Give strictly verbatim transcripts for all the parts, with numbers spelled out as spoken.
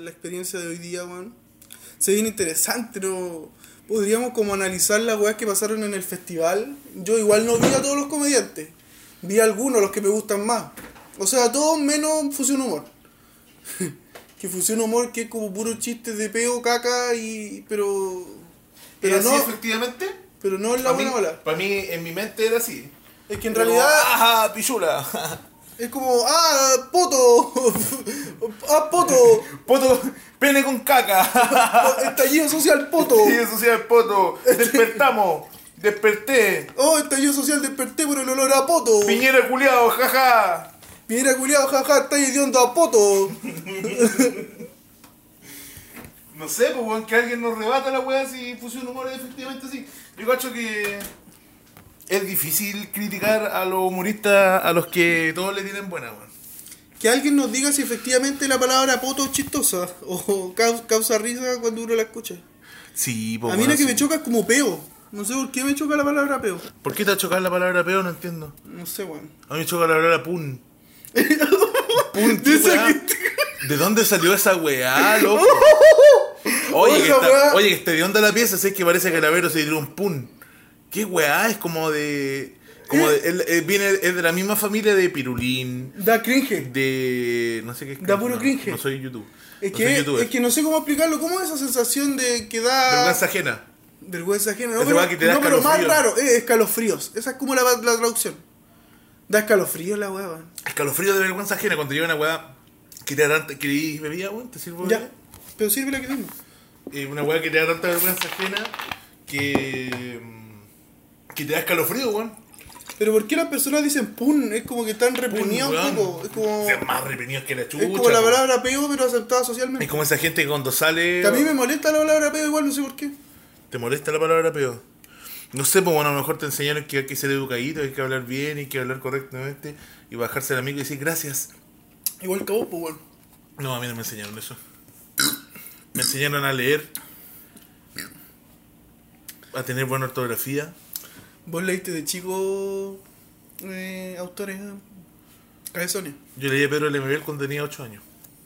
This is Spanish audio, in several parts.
la experiencia de hoy día, weón. Se viene interesante, ¿no? Podríamos como analizar las weas que pasaron en el festival. Yo igual no vi a todos los comediantes. Vi a algunos, los que me gustan más. O sea, todos menos Fusión Humor. Que Fusión Humor que es como puros chistes de peo, caca y... Pero... Pero ¿Es no... así, efectivamente? Pero no en la Pa buena mí, ola. Para mí, en mi mente era así. Es que en Pero, realidad... ¡ajá, pichula! Es como... ¡Ah, poto! ¡Ah, poto! ¡Poto! ¡Pene con caca! ¡Estallido social, poto! ¡Estallido social, poto! ¡Despertamos! ¡Desperté! ¡Oh, estallido social, desperté por el olor a poto! ¡Piñera culiao, jaja! Piñera culiado, jaja, está hediondo a poto. No sé, pues weón, que alguien nos rebata la weá si Fusión Humor es efectivamente así. Yo cacho que es difícil criticar a los humoristas a los que todos le tienen buena, weón. Que alguien nos diga si efectivamente la palabra poto es chistosa o causa, causa risa cuando uno la escucha. Sí, pues A mí bueno, la que sí. me choca es como peo. No sé por qué me choca la palabra peo. ¿Por qué te ha chocado la palabra peo? No entiendo. No sé, weón. A mí me choca la palabra pun. Pun, ¿qué De esa weá? que- ¿De dónde salió esa weá, loco? Oye, que Esa está, weá. oye, que esté de onda la pieza, sé que parece que el Avero se tiró un pun. ¿Qué weá? Es como de... Como de, él, él viene, es de la misma familia de Pirulín, Da cringe. de... no sé qué es. Da puro no, cringe. No soy YouTube. Es no que, soy youtuber. es que no sé cómo explicarlo. ¿Cómo es esa sensación de que da... Vergüenza ajena. Vergüenza ajena. No, Esa pero, weá que te da no, pero más escalofrío. raro. Eh, escalofríos. Esa es como la, la traducción. Da escalofríos la weá, weón. Escalofrío de vergüenza ajena cuando llega una weá que te da tanta... ¿Querís bebida, weón? ¿Te sirvo Ya. bebida? Pero sirve la que tengo. Eh, una weá que te da tanta vergüenza ajena que... que te da escalofrío, weón. Pero ¿por qué las personas dicen pun? Es como que están reprimidas un Weón. poco. Es como, Ser más reprimidos que la chucha. es como la po. palabra peo, pero aceptada socialmente. Es como esa gente que cuando sale... Que a mí me molesta la palabra peo igual, no sé por qué. ¿Te molesta la palabra peo? No sé, pues bueno, a lo mejor te enseñaron que hay que ser educadito, hay que hablar bien, hay que hablar correctamente y bajarse al amigo y decir gracias. Igual que vos, pues bueno. No, a mí no me enseñaron eso. Me enseñaron a leer, a tener buena ortografía. Vos leíste de chico eh, autores eh, cabezones. Yo leí a Pedro Lemebel cuando tenía ocho años.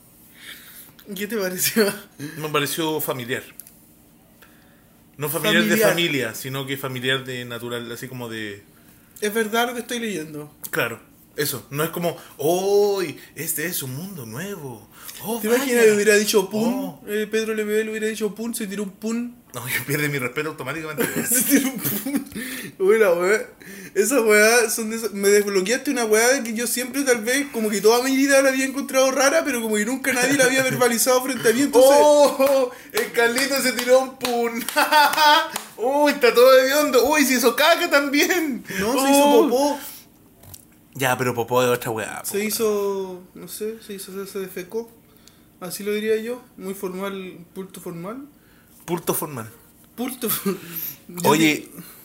¿Qué te pareció? Me pareció familiar. No familiar, Familiar. de familia, sino que familiar de natural, así como de... Es verdad lo que estoy leyendo. Claro, eso. No es como, ¡oh! Este es un mundo nuevo. Oh, ¿Te vaya. imaginas que hubiera dicho pun? Oh. Eh, Pedro Lemebel hubiera dicho pun, se tiró un pun. No, yo pierde mi respeto automáticamente. Se tiró un pun. Uy, la weá. Esas weas son de esas. Me desbloqueaste una weá que yo siempre, tal vez, como que toda mi vida la había encontrado rara, pero como que nunca nadie la había verbalizado frente a mí. Entonces, ¡Oh! El Carlito se tiró un pun. ¡Uy, está todo de hondo! ¡Uy, se hizo caca también! no, se Oh. hizo popó. Ya, pero popó de otra weá. Se hizo, no sé, se hizo, se defecó. Así lo diría yo. Muy formal, pulto formal. Pulto formal. Pulto. Yo Oye,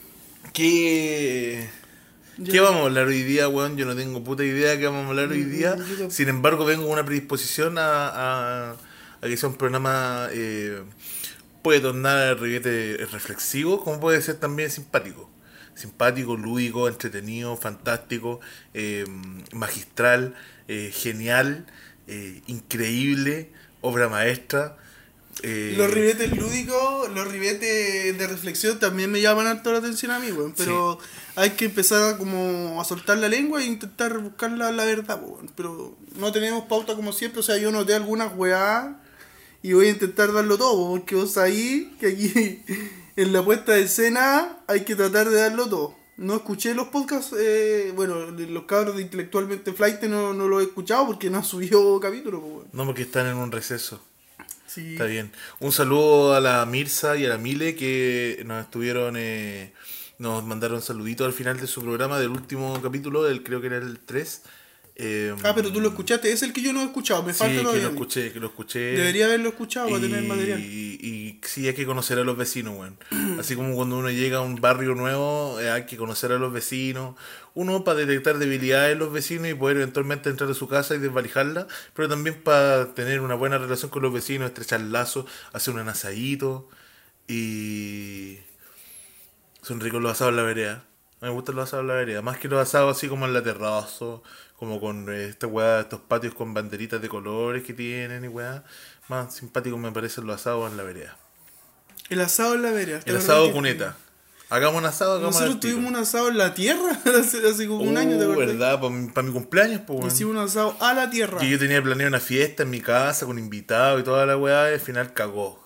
¿qué... Ya. ¿Qué vamos a hablar hoy día, weón? Yo no tengo puta idea de qué vamos a hablar hoy día. Mm, yo tampoco. Sin embargo, vengo con una predisposición a, a, a que sea un programa... Eh, puede tornar el ribete reflexivo, como puede ser también simpático. Simpático, lúdico, entretenido, fantástico, eh, magistral, eh, genial, eh, increíble, obra maestra. Eh, Los ribetes lúdicos, los ribetes de reflexión también me llaman harto la atención a mí, weón. Pero hay que empezar a, como a soltar la lengua e intentar buscar la, la verdad, weón. Pero no tenemos pauta como siempre, o sea, yo noté algunas weás y voy a intentar darlo todo, porque vos ahí, que aquí en la puesta de escena hay que tratar de darlo todo. No escuché los podcasts, eh, bueno, los cabros de Intelectualmente Flight no, no los he escuchado porque no han subido capítulo, pues, weón. No, porque están en un receso. Sí. Está bien. Un saludo a la Mirza y a la Mile que nos estuvieron, eh, nos mandaron saluditos al final de su programa del último capítulo, del, creo que era el tres. Eh, Ah, pero tú lo escuchaste, es el que yo no he escuchado, me sí, falta que todavía. lo escuché, que lo escuché. Debería haberlo escuchado para tener material. Y, y sí, hay que conocer a los vecinos, weón. Así como cuando uno llega a un barrio nuevo, eh, hay que conocer a los vecinos. Uno para detectar debilidades en los vecinos y poder eventualmente entrar a su casa y desvalijarla, pero también para tener una buena relación con los vecinos, estrechar lazos, hacer un asadito. Y son ricos los asados en la vereda. Me gustan los asados en la vereda. Más que los asados así como en la terraza, como con eh, esta weá, estos patios con banderitas de colores que tienen y weá. Más simpáticos me parecen los asados en la vereda. El asado en la vereda. El asado cuneta. Hagamos un asado, hagamos Nosotros tuvimos un asado en la tierra hace, hace como un uh, año, ¿te acuerdas? ¿Verdad? Para mi, pa mi cumpleaños, pues, weón. Hicimos un asado a la tierra. Que yo tenía planeado una fiesta en mi casa con invitados y toda la weá, y al final cagó.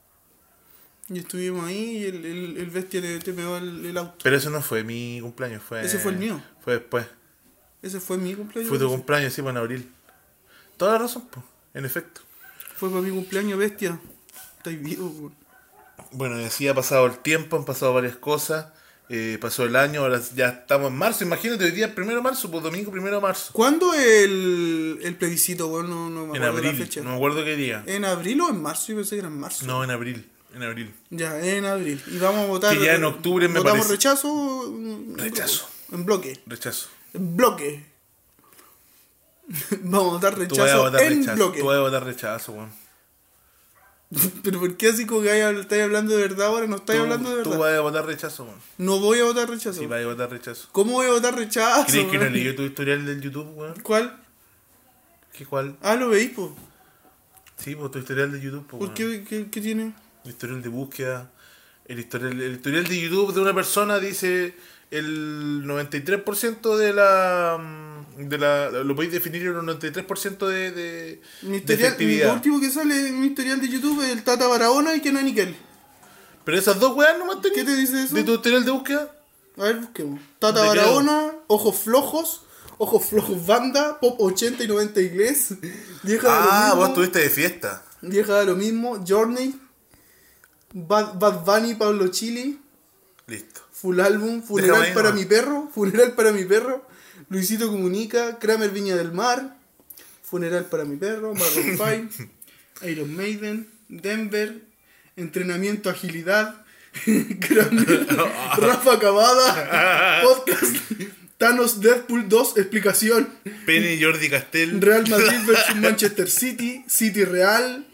Y estuvimos ahí y el, el, el bestia te, te pegó el, el auto. Pero eso no fue mi cumpleaños, fue... Ese fue el mío. Fue después. Ese fue mi cumpleaños. Fue tu cumpleaños, sí, pues en abril. Toda la razón, pues, en efecto. Fue para mi cumpleaños, bestia. Estáis vivo, weón. Bueno, y así ha pasado el tiempo, han pasado varias cosas. Eh, pasó el año, ahora ya estamos en marzo. Imagínate, hoy día es primero de marzo, pues domingo primero de marzo. ¿Cuándo es el, el plebiscito, weón? No, no me En acuerdo abril, la fecha. no me acuerdo qué día. ¿En abril o en marzo? Yo pensé que era en marzo. No, en abril, en abril. Ya, en abril. Y vamos a votar. Que ya en octubre me ¿Votamos parece. rechazo? Rechazo. En bloque. Rechazo. En bloque. Vamos a votar Tú vas a rechazo votar en rechazo. bloque. Tú vas a votar rechazo, weón. Pero ¿por qué así como que hay- estáis hablando de verdad ahora? No estáis Tú, hablando de tú verdad. vas a votar rechazo, weón. No voy a votar rechazo. Sí, vas a votar rechazo. ¿Cómo voy a votar rechazo? ¿Crees que no weón? leí tu historial del YouTube, weón? ¿Cuál? ¿Qué cuál? Ah, lo veis, po. Sí, pues tu historial de YouTube, pues, ¿Por qué, qué, qué tiene? el historial de búsqueda. El historial, el historial de YouTube de una persona dice el noventa y tres por ciento de la... de la lo podéis definir en un noventa y tres por ciento de, de, Mi de historial, efectividad. lo último que sale en mi historial de YouTube es el Tata Barahona y Kenan Nickel. Pero esas dos weas nomás tenías. ¿Qué te dice eso? ¿De tu historial de búsqueda? A ver, busquemos. Tata ¿De qué Barahona, Ojos Flojos, Ojos Flojos Banda, Pop ochenta y noventa Inglés, Vieja de lo Ah, mismo, vos estuviste de fiesta. Vieja de lo mismo, Journey, Bad, Bad Bunny, Pablo Chili, Listo. Full Álbum, Funeral Déjame ahí para nomás. mi perro, Funeral para mi perro, Luisito Comunica, Kramer Viña del Mar, Funeral para mi perro, Maroon cinco, Iron Maiden, Denver, Entrenamiento Agilidad, Kramer, Rafa Cavada, Podcast, Thanos Deadpool dos, Explicación, Penny Jordi Castel. Real Madrid versus Manchester City, City Real,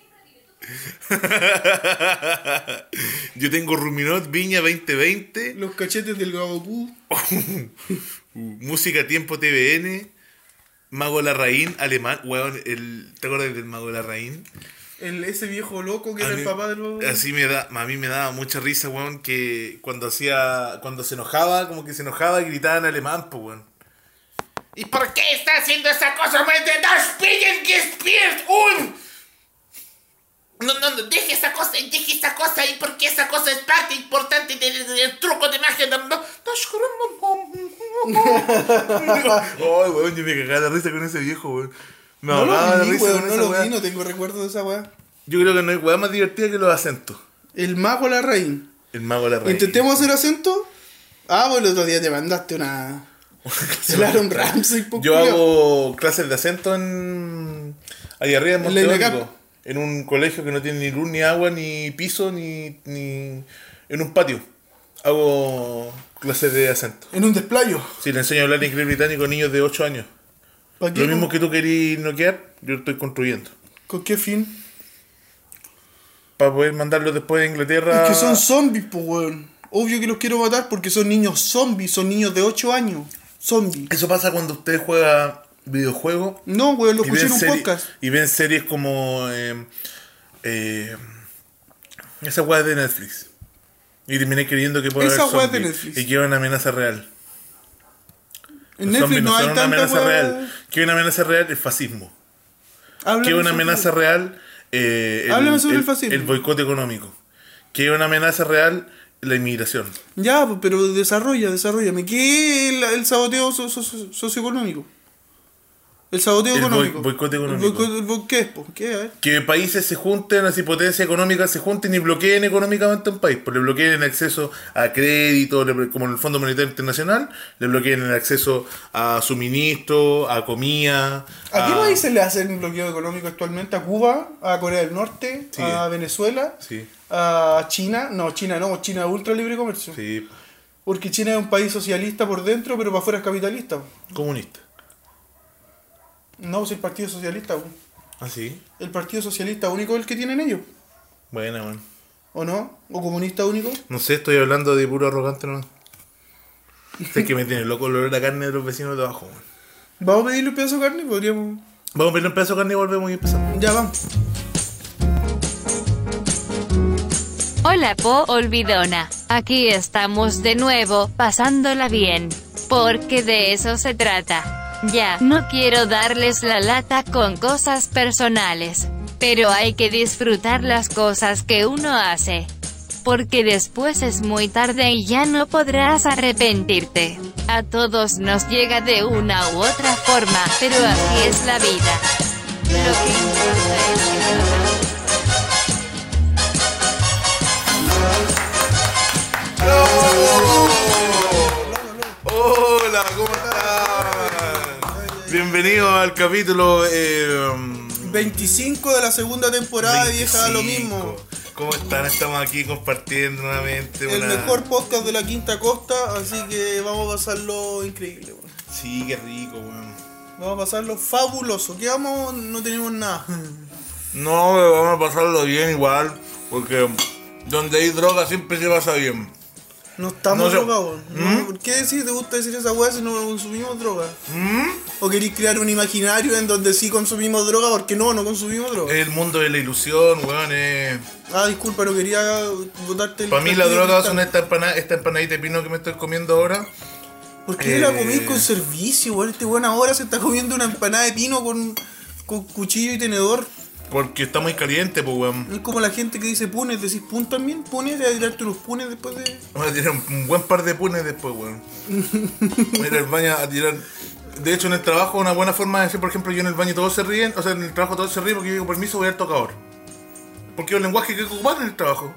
Yo tengo Ruminot Viña veinte veinte. Los Cachetes del Gaboku, Música Tiempo T V N. Mago Larraín, alemán. Weón, el, ¿te acuerdas del Mago Larraín? el, ese viejo loco que A era mí- el papá del Gaboku. Así me da, a mí me daba mucha risa, weón, que cuando hacía, cuando se enojaba, como que se enojaba y gritaba en alemán, pues, weón. ¿Y por qué está haciendo esa cosa? ¡Me de das Spielen gespielt un! No, no, no, deje esa cosa, deje esa cosa ahí porque esa cosa es parte importante del, del truco de magia. No, no, Ay, weón, yo me cagaba de risa con ese viejo, weón. Me No ahogaba lo de vi, risa weón, con no esa lo weá. vi, no tengo recuerdo de esa weá. Yo creo que no hay weá más divertida que los acentos. El Mago Larraín. El Mago Larraín. ¿Intentemos hacer acento? Ah, pues el otro día te mandaste una... El Aaron Ramsey, po, Yo culiao. hago clases de acento en... Allá arriba en En la Monteónico. INACAP. En un colegio que no tiene ni luz, ni agua, ni piso, ni... ni... En un patio. Hago clases de acento. En un desplayo. Si le enseño a hablar inglés británico a niños de ocho años. ¿Para qué? Lo mismo que tú querías noquear, yo lo estoy construyendo. ¿Con qué fin? Para poder mandarlos después a Inglaterra. Es que son zombies, po, weón. Obvio que los quiero matar porque son niños zombies, son niños de ocho años. Zombies. Eso pasa cuando usted juega videojuegos. No, weón, lo y escuché ven en un seri- podcast. Y ven series como... Eh, eh, esa weá de Netflix. Y terminé creyendo que puede Esa haber weá de zombies, Netflix. Y que es una amenaza real. En Los Netflix zombies no hay son una tanta amenaza weá. real. Que es una amenaza real el fascismo. Háblame Que es una sobre- amenaza real eh, Háblame sobre el fascismo. el boicot económico. Que es una amenaza real la inmigración. Ya, pues, pero desarrolla, desarrollame. ¿Qué es el, el saboteo so- so- so- socioeconómico? El saboteo El boi- económico. boicot El económico. boicot- el bo- ¿Qué es, po? ¿Qué? A ver. Que países se junten, así potencias económicas se junten y bloqueen económicamente un país. Pues le bloqueen el acceso a crédito, le- como en el Fondo Monetario Internacional, le bloqueen el acceso a suministro, a comida. ¿A qué países le hacen bloqueo económico actualmente? ¿A Cuba? ¿A Corea del Norte? Sí. ¿A Venezuela? Sí, ¿A China? No, China no, China es ultra libre comercio. sí, Porque China es un país socialista por dentro, pero para afuera es capitalista. comunista. No, es el Partido Socialista. po. ¿Ah, sí? El Partido Socialista único es el que tienen ellos. Buena, man. ¿O no? ¿O comunista único? No sé, estoy hablando de puro arrogante nomás. Sé que me tiene loco el olor a carne de los vecinos de abajo, weón. ¿Vamos a pedirle un pedazo de carne? Podríamos... Vamos a pedir un pedazo de carne y volvemos y empezamos. Ya, vamos. Hola Po Olvidona, aquí estamos de nuevo, pasándola bien, porque de eso se trata. Ya, no quiero darles la lata con cosas personales, pero hay que disfrutar las cosas que uno hace, porque después es muy tarde y ya no podrás arrepentirte. A todos nos llega de una u otra forma, pero así es la vida. Lo que importa es que lo hagamos. Hola, ¿cómo están? Bienvenido al capítulo eh, veinticinco de la segunda temporada de Vieja da lo mismo. ¿Cómo están? Estamos aquí compartiendo nuevamente El una... mejor podcast de la Quinta Costa, así que vamos a pasarlo increíble, weón. Sí, qué rico, weón. Vamos a pasarlo fabuloso. ¿Qué vamos? No tenemos nada. No, vamos a pasarlo bien igual, porque donde hay droga siempre se pasa bien. No estamos No sé. drogados. ¿No? ¿Mm? ¿Por qué decir, te gusta decir esa weá si no consumimos droga? ¿Mm? ¿O queréis crear un imaginario en donde sí consumimos droga? Porque no, no consumimos droga. El mundo de la ilusión, weón, eh... Ah, disculpa, no quería botarte el... Para mí la castillo droga cristal. son esta, empana- esta empanadita de pino que me estoy comiendo ahora. ¿Por qué Eh, la comís con servicio, weón? Este weón ahora se está comiendo una empanada de pino con, con cuchillo y tenedor. Porque está muy caliente, pues, weón. Es como la gente que dice punes, decís pun también, punes, de tirarte unos punes después de... Vamos a tirar un buen par de punes después, weón. Voy a ir al baño a tirar... De hecho, en el trabajo, una buena forma de decir, por ejemplo, yo en el baño todos se ríen. O sea, en el trabajo todos se ríen porque yo digo, permiso, voy al tocador. Porque es el lenguaje que hay que ocupar en el trabajo.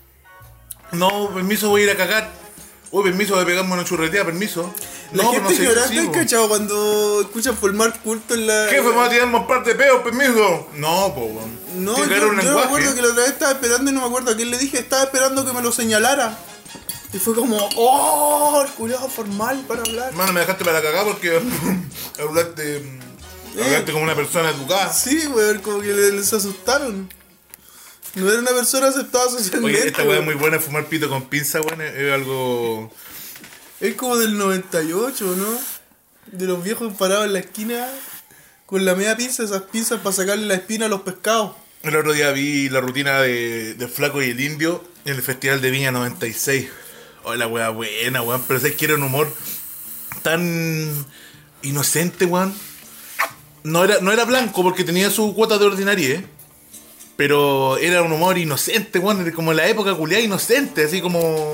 No, permiso, voy a ir a cagar. Uy, permiso, voy a pegarme una churretea, permiso. La no, gente no sé, ignorante, sí, ¿has po. cachado cuando escuchan formar culto en la... Jefe, me va a tirar más parte de peo, permiso. No, po, weón. No, Tiene que yo, haber un yo me lenguaje. acuerdo que la otra vez estaba esperando y no me acuerdo a quién le dije, estaba esperando que me lo señalara. Y fue como, oh, el culiado formal para hablar. Hermano, me dejaste para cagar porque hablaste, hablaste como una persona educada. Sí, weón, como que le- les asustaron. No era una persona aceptada socialmente. Oye, esta weá weón. es muy buena, fumar pito con pinza, weón, es, es algo... Es como del noventa y ocho, ¿no? De los viejos parados en la esquina con la media pinza, esas pinzas para sacarle la espina a los pescados. El otro día vi la rutina de, de Flaco y el Indio en el Festival de Viña noventa y seis. Oh, la weá buena, weón, pero es que era un humor tan inocente, weón. No era, no era blanco porque tenía su cuota de ordinaria, ¿eh? Pero era un humor inocente, weón, como en la época culiada inocente, así como...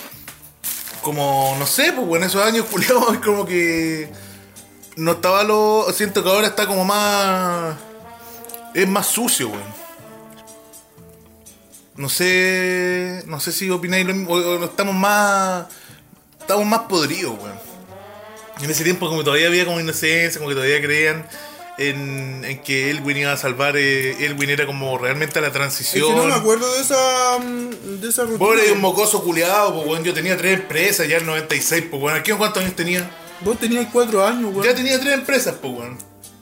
Como, no sé, pues en esos años culiados como que... No estaba lo... Siento que ahora está como más... Es más sucio, weón. No sé... No sé si opináis lo mismo. O, o estamos más... Estamos más podridos, weón. En ese tiempo como que todavía había como inocencia, como que todavía creían en, en que Elwin iba a salvar... Eh, Elwin era como realmente la Es transición. que no me acuerdo de esa, mm, de esa rutina. Pobre de un mocoso culiado, pues weón. Yo tenía tres empresas ya en noventa y seis, pues weón. ¿Aquí cuántos años tenía? Vos tenías cuatro años, weón. Ya tenía tres empresas, pues weón.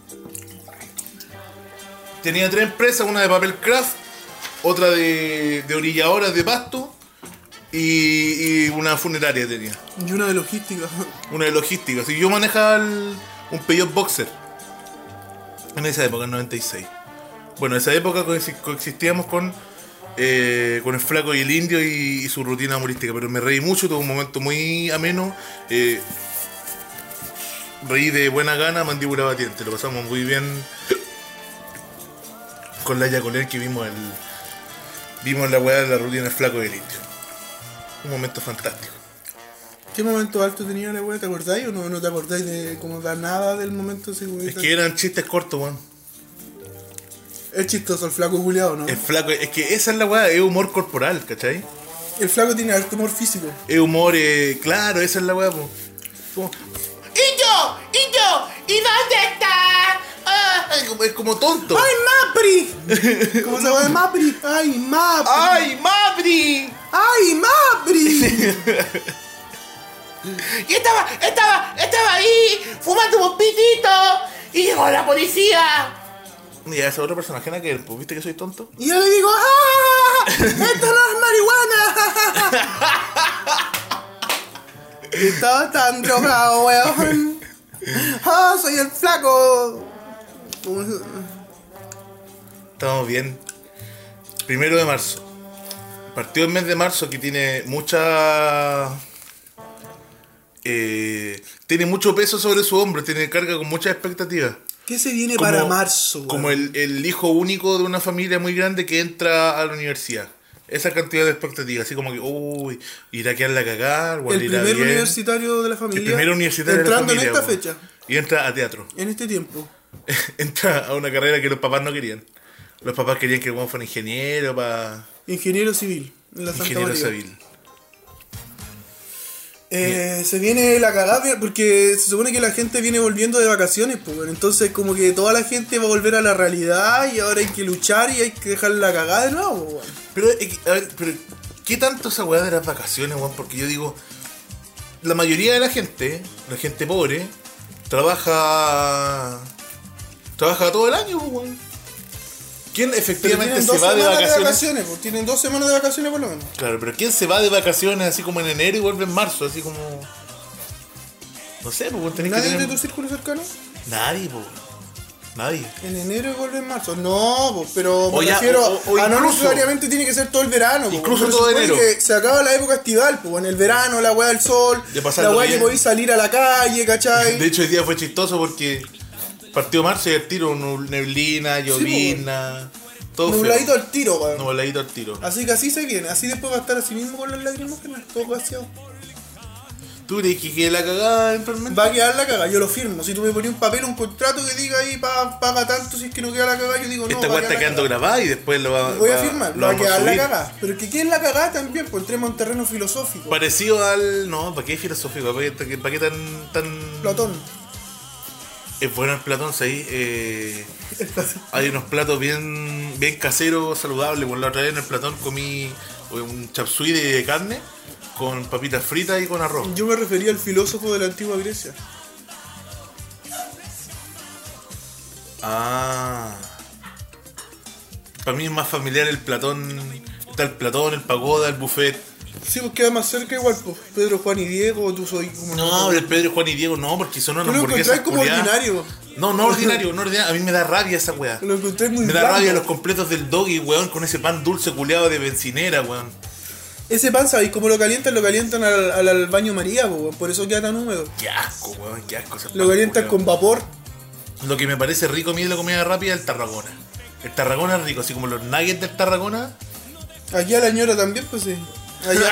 Tenía tres empresas, una de papel craft, otra de, de orilladoras de pasto y, y una funeraria tenía. Y una de logística. Una de logística. Así que yo manejaba el- un Peugeot Boxer. En esa época, en noventa y seis. Bueno, en esa época coexi- coexistíamos con, eh, con el Flaco y el Indio y, y su rutina humorística. Pero me reí mucho, tuve un momento muy ameno. Eh, reí de buena gana, mandíbula batiente. Lo pasamos muy bien con la Yacoler que vimos el vimos la weá de la rutina del Flaco y el Indio. Un momento fantástico. ¿Qué momento alto tenía la weá? ¿Te acordáis o no, no te acordáis de como da nada del momento ese weá? Es que eran chistes cortos, weón. Es chistoso el flaco culiado, ¿no? El flaco, es que esa es la weá, es humor corporal, ¿cachai? El flaco tiene harto humor físico. Es humor, eh, claro, esa es la weá, po. Como- ¡Indio! ¡Indio! ¿Y dónde está? Ah, es, como, es como tonto. ¡Ay, Mapri! ¿Cómo se llama Mapri? ¡Ay, Mapri! ¡Ay, Mabri! ¡Ay, Mapri! y estaba, estaba, estaba ahí fumando un pitito y llegó la policía. Mira, esa otra persona ajena que, pues, ¿viste que soy tonto? Y yo le digo, ¡ah! ¡Esto no es marihuana! Estaba tan drogado, weón. Ah, soy el flaco. Estamos bien. Primero de marzo. Partió el mes de marzo que tiene mucha... Eh, tiene mucho peso sobre su hombro, tiene carga con muchas expectativas. ¿Qué se viene Como- para marzo, weón? Como el, el hijo único de una familia muy grande que entra a la universidad. Esa cantidad de expectativas, así como que, uy, irá a quedarla a cagar, o El le irá primer bien. universitario de la familia. El primer universitario entrando de la familia, en esta weón. fecha, Y entra a teatro. en este tiempo. Entra a una carrera que los papás no querían. Los papás querían que el weón fuera ingeniero, para Ingeniero civil en la Santa ingeniero María. civil. Eh, se viene la cagada porque se supone que la gente viene volviendo de vacaciones, pues, bueno, entonces como que toda la gente va a volver a la realidad y ahora hay que luchar y hay que dejar la cagada de nuevo, pues, bueno. Pero, eh, a ver, pero, ¿qué tanto esa weá de las vacaciones, weón? Porque yo digo, la mayoría de la gente, la gente pobre, trabaja. Trabaja todo el año, pues, weón. ¿Quién Pero efectivamente tienen se dos va de semanas vacaciones? de vacaciones, pues, tienen dos semanas de vacaciones por lo menos. Claro, pero ¿quién se va de vacaciones así como en enero y vuelve en marzo? Así como. No sé, pues tenés que ¿Nadie tener. de tu círculo cercano? Nadie, pues. Nadie. En enero y vuelve en marzo. No, pues, pero me O ya, refiero o- o a no incluso- necesariamente tiene que ser todo el verano. pues, Incluso pero todo se supone enero. que se acaba la época estival, pues en el verano, la weá del sol, De pasarlo la weá que bien. podéis salir a la calle, ¿cachai? De hecho, hoy día fue chistoso porque partió marzo y el tiro nu- neblina, llovizna, todo feo. Nubladito al tiro, weón. Nubladito al tiro. Así que así se viene, así después va a estar así mismo con las lagrimógenas, todo vaciado. ¿Tú crees que quede la cagada eventualmente? Va a quedar la caga, yo lo firmo. Si tú me pones un papel, un contrato que diga ahí pa- paga tanto, si es que no queda la caga, yo digo no. Esta va a weá está quedar la quedando cagada. grabada y después lo va, Voy a va- firmar, lo va a vamos quedar la subir. cagada. Pero que quede la cagada también, pues entremos a un terreno filosófico. Parecido al. No, ¿para qué filosófico? ¿Para qué, para qué tan. tan... Platón. Es bueno el Platón, ¿sí? Eh, hay unos platos bien bien caseros, saludables. Bueno, la otra vez en el Platón comí un chapsui de carne con papitas fritas y con arroz. Yo me refería al filósofo de la antigua Grecia. Ah. Para mí es más familiar el Platón. Está el Platón, el Pagoda, el buffet. Sí, pues queda más cerca igual, pues. Pedro, Juan y Diego, tú soy como... No, el Pedro, Juan y Diego no, porque son Tú unas lo hamburguesas encontrás como culiadas. ordinario. No, no ordinario, no ordinario. A mí me da rabia esa weá. Lo encontré muy Me da blanco. rabia los completos del doggy, weón, con ese pan dulce culeado de bencinera, weón. Ese pan, ¿sabéis cómo lo calientan? Lo calientan al, al, al baño María, pues, por eso queda tan húmedo. Qué asco, weón, qué asco. ese Lo pan calientan culiao. con vapor. Lo que me parece rico a mí de la comida rápida es el Tarragona. El Tarragona es rico, así como los nuggets del Tarragona. Aquí a la ñora también, pues sí. Allá,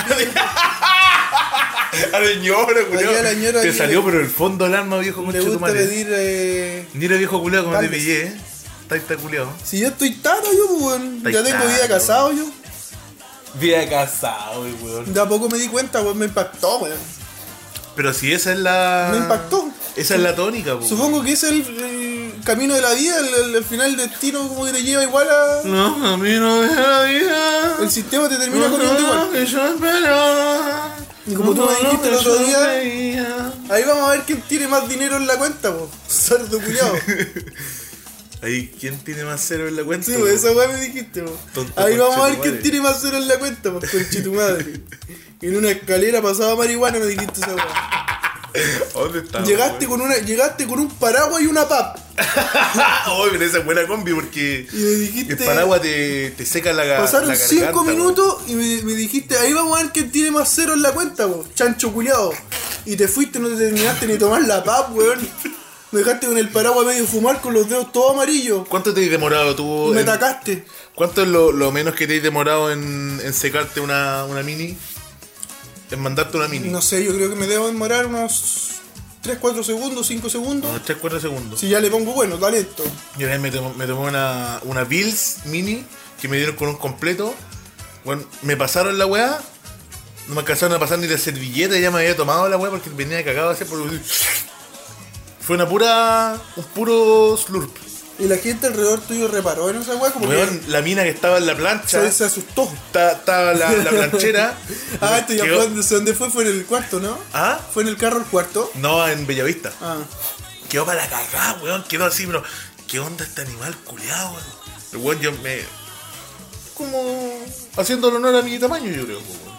A la ñora, culiao. Aquí a la ñora Te aquí salió le- por el fondo del alma, viejo le concha tu gusta madre. pedir... Eh... Mira, viejo culiao, como te Vales. pillé, eh. Está, está culiao. Si yo estoy tato, yo, pues, weón. Estáis Ya tengo vida tato, casado, yo. Vida casado, weón. De a poco me di cuenta, weón, me impactó, weón. Pero si esa es la. Me impactó. Esa es la tónica, po. Supongo que ese es el, el camino de la vida, el, el- el final del destino como que te lleva igual a... No, a mí no me da la vida. El sistema te termina corriendo igual. Que yo esperaba. Y como tú me No, dijiste el que otro yo día, veía. ahí vamos a ver quién tiene más dinero en la cuenta, po. Sardo culiao. Ahí, ¿quién tiene más cero en la cuenta? Sí, po? pues esa weá me dijiste, po. Tonto Ahí vamos a ver conchetumadre. quién tiene más cero en la cuenta, po, conche tu madre. En una escalera pasaba marihuana me dijiste esa weá. ¿Dónde está? Llegaste con una, llegaste con un paraguas y una pap. Oh, pero esa es buena combi porque Y me dijiste. el paraguas te, te seca la ga- Pasaron la cinco garganta, minutos y me, me dijiste, ahí vamos a ver quién tiene más cero en la cuenta, po, chancho culiado. Y te fuiste, no te terminaste ni tomar la pap, weón. Me dejaste con el paraguas medio fumar con los dedos todos amarillos. weón. ¿Cuánto te has demorado tú? Y me en- atacaste. ¿Cuánto es lo, lo menos que te has demorado en, en secarte una, una mini? En mandarte una mini. No sé, yo creo que me debo demorar unos tres, cuatro segundos, cinco segundos. Unos tres cuatro segundos. Si ya le pongo bueno, talento. Yo una vez me tomé, me tomé una, una Bills mini que me dieron con un completo. Bueno, me pasaron la weá. No me alcanzaron a pasar ni la servilleta y ya me había tomado la weá porque venía cagado así por... Fue una pura... un puro slurp. Y la gente alrededor tuyo reparó en esa weá, como Weón, la mina que estaba en la que plancha, se, se asustó. ta- estaba la, la planchera. Ah, esto ya quedó- fue, ¿dónde fue? Fue en el cuarto, ¿no? ¿Ah? Fue en el carro el cuarto. No, en Bellavista. Ah. Quedó para la cagada, weón. Quedó así, pero... ¿Qué onda este animal culiado, weón? El weón yo me... Como... haciendo el honor a mi tamaño, yo creo, weón.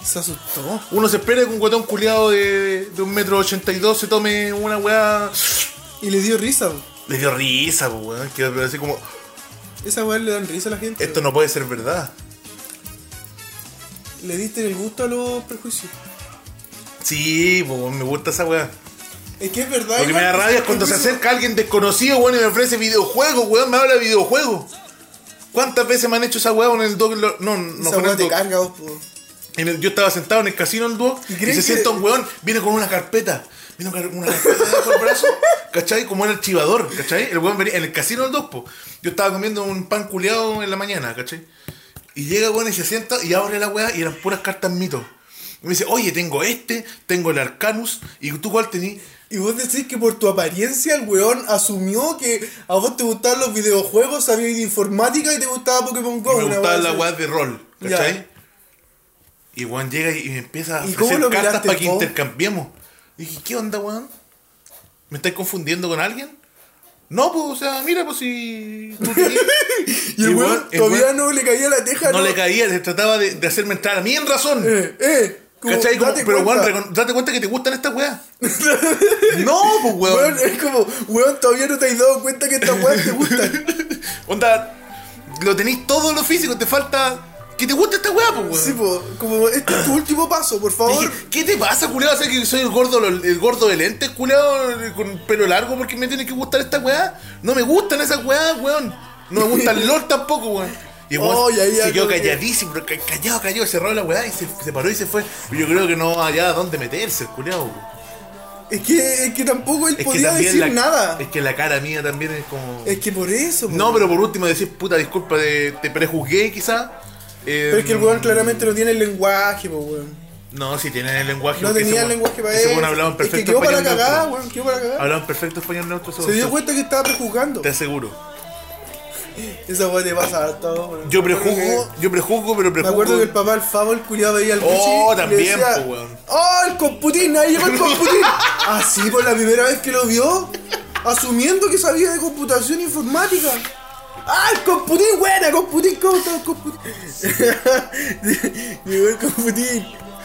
Se asustó. Uno se espera que un guatón culiado de, de un metro ochenta y dos se tome una weá. Y le dio risa. Le dio risa, pues, weón. Quedó así como. Esa weá le dan risa a la gente. Esto no puede ser verdad. Le diste el gusto a los prejuicios. Sí, pues me gusta esa weá. Es que es verdad. Lo que me da rabia es cuando se acerca alguien desconocido, weón, y me ofrece videojuegos, weón, me habla de videojuegos. ¿Cuántas veces me han hecho esa weá en el doc? No, no esa fue en weá el te doc. carga vos, po. En el, yo estaba sentado en el casino en el doc y, ¿Y y crees se que- sienta un weón, viene con una carpeta. Viene con una carpeta debajo del brazo, ¿cachai? Como el archivador, ¿cachai? El weón venía en el casino del doc, po. Yo estaba comiendo un pan culeado en la mañana, ¿cachai? Y llega weón y se sienta y abre la weá y eran puras cartas mitos. Y me dice, oye, tengo este, tengo el Arcanus, ¿y tú cuál tenés? Y vos decís que por tu apariencia el weón asumió que a vos te gustaban los videojuegos, sabías de informática y te gustaba Pokémon Go. Y me una gustaba weá la así. weá de rol, ¿cachai? Ya. Y weón llega y me empieza a ¿Y cómo ofrecer lo cartas miraste para que vos? intercambiemos. Y dije, ¿qué onda, weón? ¿Me estáis confundiendo con alguien? No, pues, o sea, mira, pues si tú tenías- Y el Y weón weón, el todavía weón no le caía la teja, no le caía, se trataba de, de hacerme entrar a mí en razón. Eh, eh. Como, ¿Cachai? Como, date pero weón, cuenta. recon- date cuenta que te gustan estas weas. No, pues weón. Weón, es como, weón, todavía no te has dado cuenta que estas weas te gustan. Onda, lo tenéis todo lo físico, te falta que te guste esta wea, pues weón. Sí, po, como este es tu último paso, por favor. Dije, ¿qué te pasa, culiao? ¿Sabes que soy el gordo, el gordo de lentes, culiao? Con pelo largo, porque me tiene que gustar esta weá. No me gustan esas weas, weón. No me gusta el LOL tampoco, weón. Y el weón Oh, ya, ya, se quedó como que- calladísimo, pero ca- callado, callado, cerró la weá y se, se paró y se fue. Y yo creo que no hallaba dónde meterse, el culiao. weón. Es que, es que tampoco él Es que podía también decir la, nada. Es que la cara mía también es como. Es que por eso, po. No, pero por último decir, puta, disculpa, te, te prejuzgué quizá. Eh, Pero es que el weón claramente no tiene el lenguaje, po, weón. No, si tienen el lenguaje. No porque tenía ese el weón- lenguaje para ese eso. weón hablaba en Es que perfecto quedó para la español cagada, neutro. weón, quedó para la cagada. Hablaba en perfecto español neutro. Se dio cuenta que estaba prejuzgando. Te aseguro. Esa weá te pasa harto, weón. Yo Me acuerdo prejuzgo, yo prejuzgo, pero que- Me prejuzgo. acuerdo que el papá del Favo, el culiado, veía al Gucci. Oh, y le también, decía, po, weón. ¡Oh, el computín! Ahí llegó el computín. Así, por la primera vez que lo vio, asumiendo que sabía de computación informática. ¡Ah, el computín! ¡Buena, computín! ¿Cómo está el computín? Llegó el computín.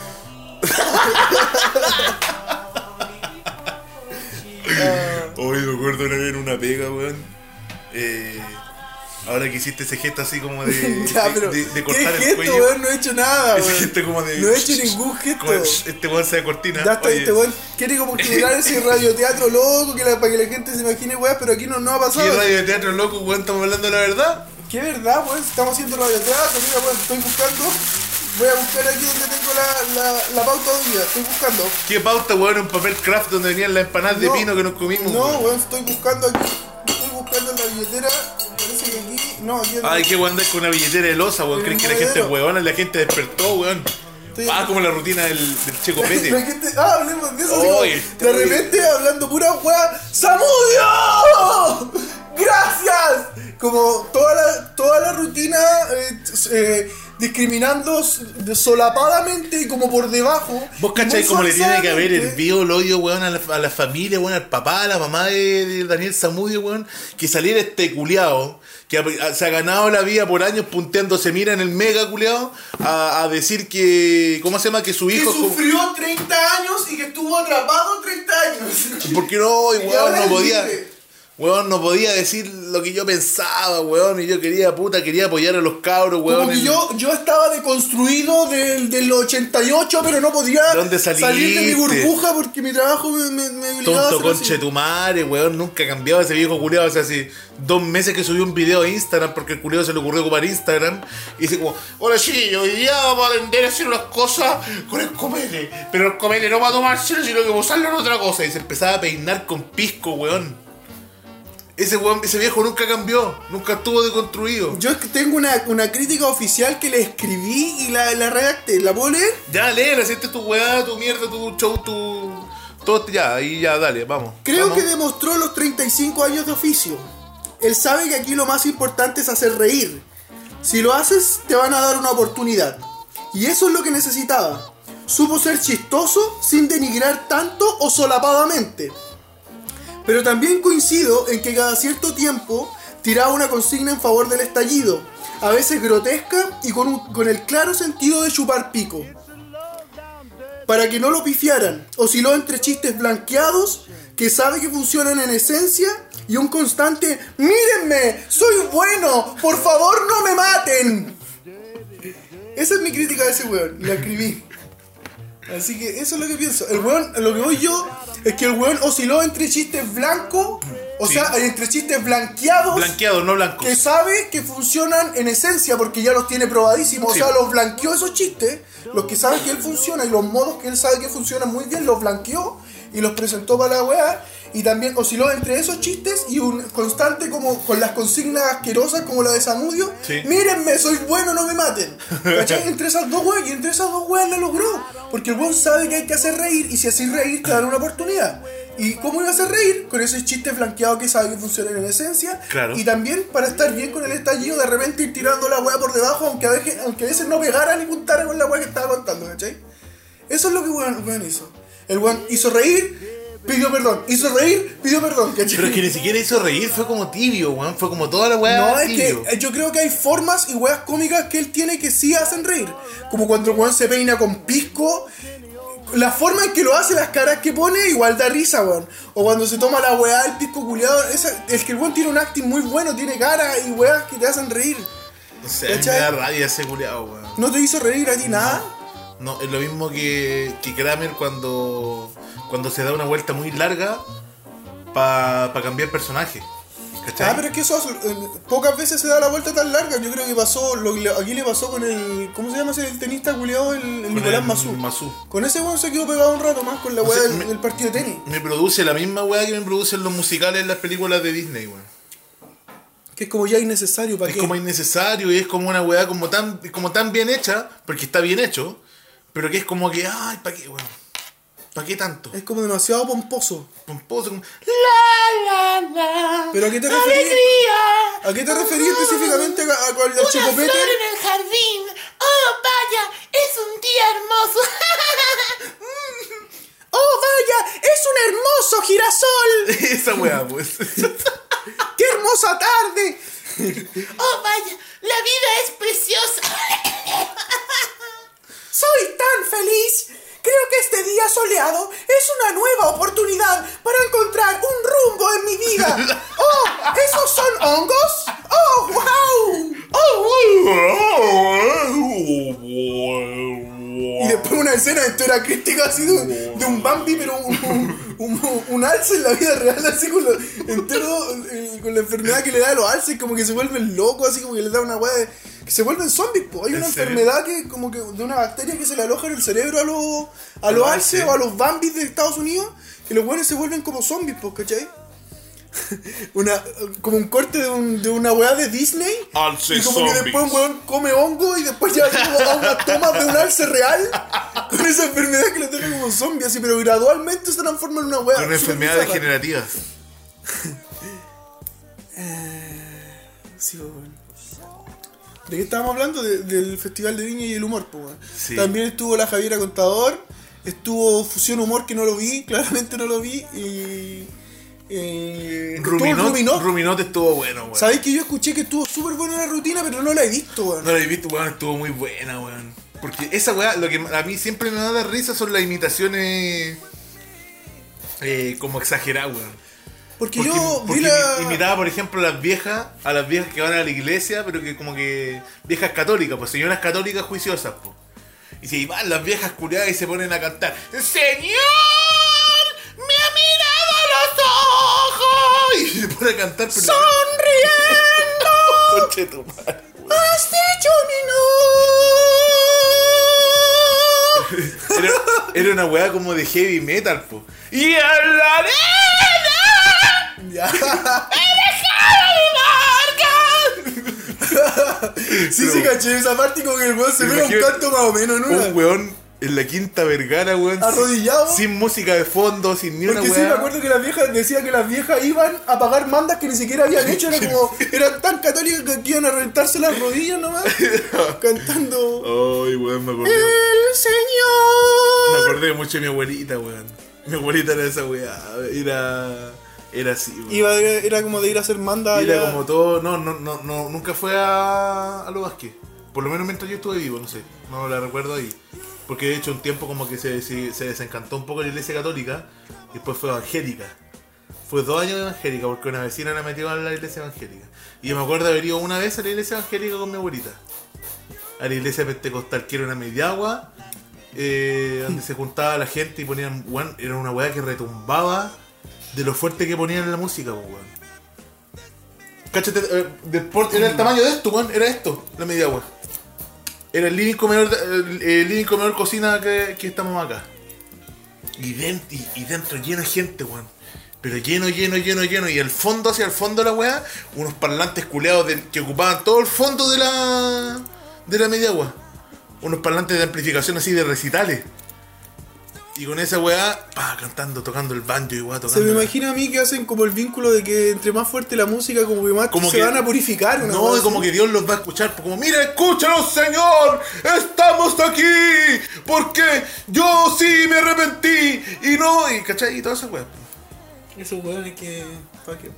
Hoy me acuerdo una vez en una pega, weón. Eh, ahora que hiciste ese gesto así como de, Ya, de, pero de- de ¿qué cortar el gesto, cuello. weón? No he hecho nada, Ese weón. gesto como de. No he hecho ningún gesto. Como de, este weón se de cortina. Ya está, Oye, este weón quiere como generar ese radioteatro loco que la- para que la gente se imagine, weón, pero aquí no, no ha ¿Qué pasado. radio de teatro loco, weón? ¿Estamos hablando de la verdad? ¿Qué verdad, weón? Estamos haciendo radioteatro, mira, weón, estoy buscando. Voy a buscar aquí donde tengo la, la, la pauta de vida, estoy buscando. ¿Qué pauta, weón? Un papel craft donde venían las empanadas de No, pino que nos comimos. No, weón. weón, estoy buscando aquí. Estoy buscando en la billetera. Parece que aquí. No, aquí es- Ay, qué weón andar con una billetera de losa, weón. En ¿Crees el que la gente es monedero. weona? La gente despertó, weón. Estoy- Ah, como la rutina del, del Checo La Pete. gente, ah, hablemos de eso. así Oye, como, de oye. repente hablando pura weá. ¡Samudio! ¡Gracias! Como toda la, toda la rutina eh, eh, discriminando s- de- solapadamente y como por debajo. ¿Vos y cachai muy cómo le tiene que haber suavizadamente. hervido el hoyo, weón, a la, a la familia, weón, al papá, a la mamá de, de Daniel Zamudio, weón? Que saliera este culiao, que ha- se ha ganado la vida por años punteándose, mira, en el mega culiao, a, a decir que, ¿cómo se llama? Que su Que hijo... es como- sufrió treinta años y que estuvo atrapado treinta años. Porque no, y Y weón, ahora no es podía... libre. Weón, no podía decir lo que yo pensaba, weón, y yo quería, puta, quería apoyar a los cabros, weón. Como que en- yo, yo estaba deconstruido del, del ochenta y ocho, pero no podía ¿De dónde salir de mi saliste? burbuja porque mi trabajo me, me, me obligaba a Tonto hacer así. conche tu madre, weón, nunca cambiaba ese viejo culiado. O sea, hace dos meses que subió un video a Instagram porque el culiado se le ocurrió ocupar Instagram. Y dice como, hola sí, hoy día vamos a aprender a hacer las cosas con el comete. Pero el comete no va a tomárselo, sino que va a usarlo en otra cosa. Y se empezaba a peinar con pisco, weón. Ese weón, ese viejo nunca cambió, nunca estuvo deconstruido. Yo es que tengo una, una crítica oficial que le escribí y la, la redacté. ¿La puedo leer? Ya, léela, si esta es tu weá, tu mierda, tu show, tu... Todo, ya, ahí ya, dale, vamos. Creo vamos. que demostró los treinta y cinco años de oficio. Él sabe que aquí lo más importante es hacer reír. Si lo haces, te van a dar una oportunidad. Y eso es lo que necesitaba. Supo ser chistoso sin denigrar tanto o solapadamente. Pero también coincido en que cada cierto tiempo tiraba una consigna en favor del estallido, a veces grotesca y con, un- con el claro sentido de chupar pico. para que no lo pifiaran. Osciló entre chistes blanqueados, que sabe que funcionan en esencia, y un constante ¡mírenme! ¡Soy bueno! ¡Por favor no me maten! Esa es mi crítica de ese weón, la escribí. Así que eso es lo que pienso. El weón, lo que voy yo, es que el weón osciló entre chistes blancos, o Sí. sea, entre chistes blanqueados, Blanqueado, no blanco. que sabe que funcionan en esencia porque ya los tiene probadísimos. Sí. O sea, los blanqueó esos chistes, los que saben que él funciona y los modos que él sabe que funcionan muy bien, los blanqueó y los presentó para la weá. Y también osciló entre esos chistes y un constante como con las consignas asquerosas como la de Zamudio. Sí. Mírenme, soy bueno, no me maten. ¿Cachai? Entre esas dos weas, y entre esas dos weas la logró. Porque el weón sabe que hay que hacer reír, y si haces reír te dan una oportunidad. ¿Y cómo iba a hacer reír? Con esos chistes blanqueados que sabe que funcionan en esencia. Claro. Y también para estar bien con el estallido, de repente ir tirando la wea por debajo, aunque a veces, aunque a veces no pegara ni puntara con la wea que estaba contando, ¿cachai? Eso es lo que el weón, el weón hizo. El weón hizo reír, pidió perdón. Hizo reír, pidió perdón, ¿cachai? Pero es que ni siquiera hizo reír, fue como tibio, weón. Fue como toda la weá. No, es tibio. que yo creo que hay formas y weas cómicas que él tiene que sí hacen reír. Como cuando el weón se peina con pisco. La forma en que lo hace, las caras que pone, igual da risa, weón. O cuando se toma la weá del pisco culiado. Esa, es que el weón tiene un acting muy bueno, tiene cara y weas que te hacen reír. O sea, a mí me ¿cachai? da rabia ese culiao, weón. ¿No te hizo reír a ti nada? No, es lo mismo que, que Kramer cuando, cuando se da una vuelta muy larga para pa cambiar personaje. ¿Cachai? Ah, pero es que eso eh, pocas veces se da la vuelta tan larga. Yo creo que pasó, lo, le- aquí le pasó con el, ¿cómo se llama ese el tenista culiado? El, el Con Nicolás el Mazú. Mazú. Con ese weón se quedó pegado un rato más con la O weá sea, del, me- del partido de tenis. Me produce la misma weá que me producen los musicales en las películas de Disney, weón. Que es como ya innecesario para Es qué. como innecesario y es como una weá como tan, como tan bien hecha, porque está bien hecho, pero que es como que, ay, ¿para qué, weón? ¿Para qué tanto? Es como demasiado pomposo. Pomposo, como, la, la, la. ¿Pero a qué te referís? ¡Alegría! ¿A qué te referís específicamente a, a, con el ¡Una chocopete? flor en el jardín! ¡Oh, vaya! ¡Es un día hermoso! ¡Oh, vaya! ¡Es un hermoso girasol! Esa weá, pues. ¡Qué hermosa tarde! ¡Oh, vaya! ¡La vida es preciosa! ¡Soy tan feliz! Creo que este día soleado es una nueva oportunidad para encontrar un rumbo en mi vida. ¡Oh! ¿Esos son hongos? ¡Oh, wow! Y después una escena entera crítica así de, un- de un Bambi, pero un, un, un, un alce en la vida real, así con, lo, entero, eh, con la enfermedad que le da a los alces, como que se vuelven locos, así como que les da una weá de... que se vuelven zombies, po. Hay ¿En una serio? enfermedad que como que de una bacteria que se le aloja en el cerebro a los, a los los alces alces. o a los Bambis de Estados Unidos, que los buenos se vuelven como zombies, po, ¿cachai? Una, como un corte de, un, de una weá de Disney. Alce y como que zombies. después un weón come hongo y después ya como da unas tomas de un alce real con esa enfermedad que lo deja como zombie así, pero gradualmente se transforma en una weá. Con una súper enfermedad bizarra. degenerativa. Sí, pues, weón. ¿De qué estábamos hablando? De- del Festival de Viña y el humor, pues, weón. Sí. También estuvo la Javiera Contador, estuvo Fusión Humor, que no lo vi, claramente no lo vi, y... Eh, estuvo el Ruminot, Ruminot. Ruminot estuvo bueno, weón. ¿Sabéis que yo escuché que estuvo súper buena la rutina, pero no la he visto, weón? No la he visto, weón, estuvo muy buena, weón. Porque esa weá, lo que a mí siempre me da risa son las imitaciones eh, como exageradas, weón. Porque, Porque, yo porque vi la... imi- imitaba, por ejemplo, a las viejas, a las viejas que van a la iglesia, pero que como que viejas católicas, pues señoras católicas juiciosas, pues. Y si van las viejas curiadas y se ponen a cantar, ¡Señor! ¡Me ha mirado a los ojos! Y se pone a cantar, pero... ¡Sonriendo! Conche tu madre, weón. ¡Has dicho mi no! Era, era una weá como de heavy metal, po. ¡Y a la arena! Ya. Sí, sí, caché esa parte y como que el weón se Me pega un imagino- canto más o menos en una. Un weón en la Quinta Vergara, weón. sin- Arrodillado. Sin, música de fondo, sin ni una Porque weá. sí, me acuerdo que las viejas decían que las viejas iban a pagar mandas que ni siquiera habían hecho. Era como, eran tan católicas que iban a rentarse las rodillas nomás. Cantando. Ay, weón, me acordé. El Me Señor. acordé mucho de mi abuelita, weón. Mi abuelita era esa weá. Era. Era así, weón. Iba, era como de ir a hacer manda. Era allá. como todo. No, no, no, no, nunca fue a, a los Vázquez. Por lo menos mientras yo estuve vivo, no sé. No la recuerdo ahí. Porque de hecho un tiempo como que se, se, se desencantó un poco de la iglesia católica y después fue evangélica. Fue dos años evangélica porque una vecina la metió a la iglesia evangélica. Y yo me acuerdo de haber ido una vez a la iglesia evangélica con mi abuelita. A la iglesia pentecostal, que era una mediagua, eh, donde se juntaba la gente y ponían, bueno, era una weá que retumbaba de lo fuerte que ponían en la música, pues, weón. Cáchate, eh, de, era el tamaño de esto, weón, era esto, la mediagua. Era el living comedor, el, el living comedor cocina que, que estamos acá. Y, dentro, y, y dentro lleno de gente, weón. Pero lleno, lleno, lleno, lleno. Y al fondo, hacia el fondo de la weá, unos parlantes culeados de, que ocupaban todo el fondo de la de la mediagua. Unos parlantes de amplificación así de recitales. Y con esa weá, pa, cantando, tocando el banjo y weá, tocando. Se me imagina a mí que hacen como el vínculo de que entre más fuerte la música, como que más como se que, van a purificar. Una no, y como que Dios los va a escuchar. Como, mira, escúchanos, Señor. Estamos aquí. Porque yo sí me arrepentí. Y no, y cachai, y toda esa weá. Esos weones que... ¿Para qué?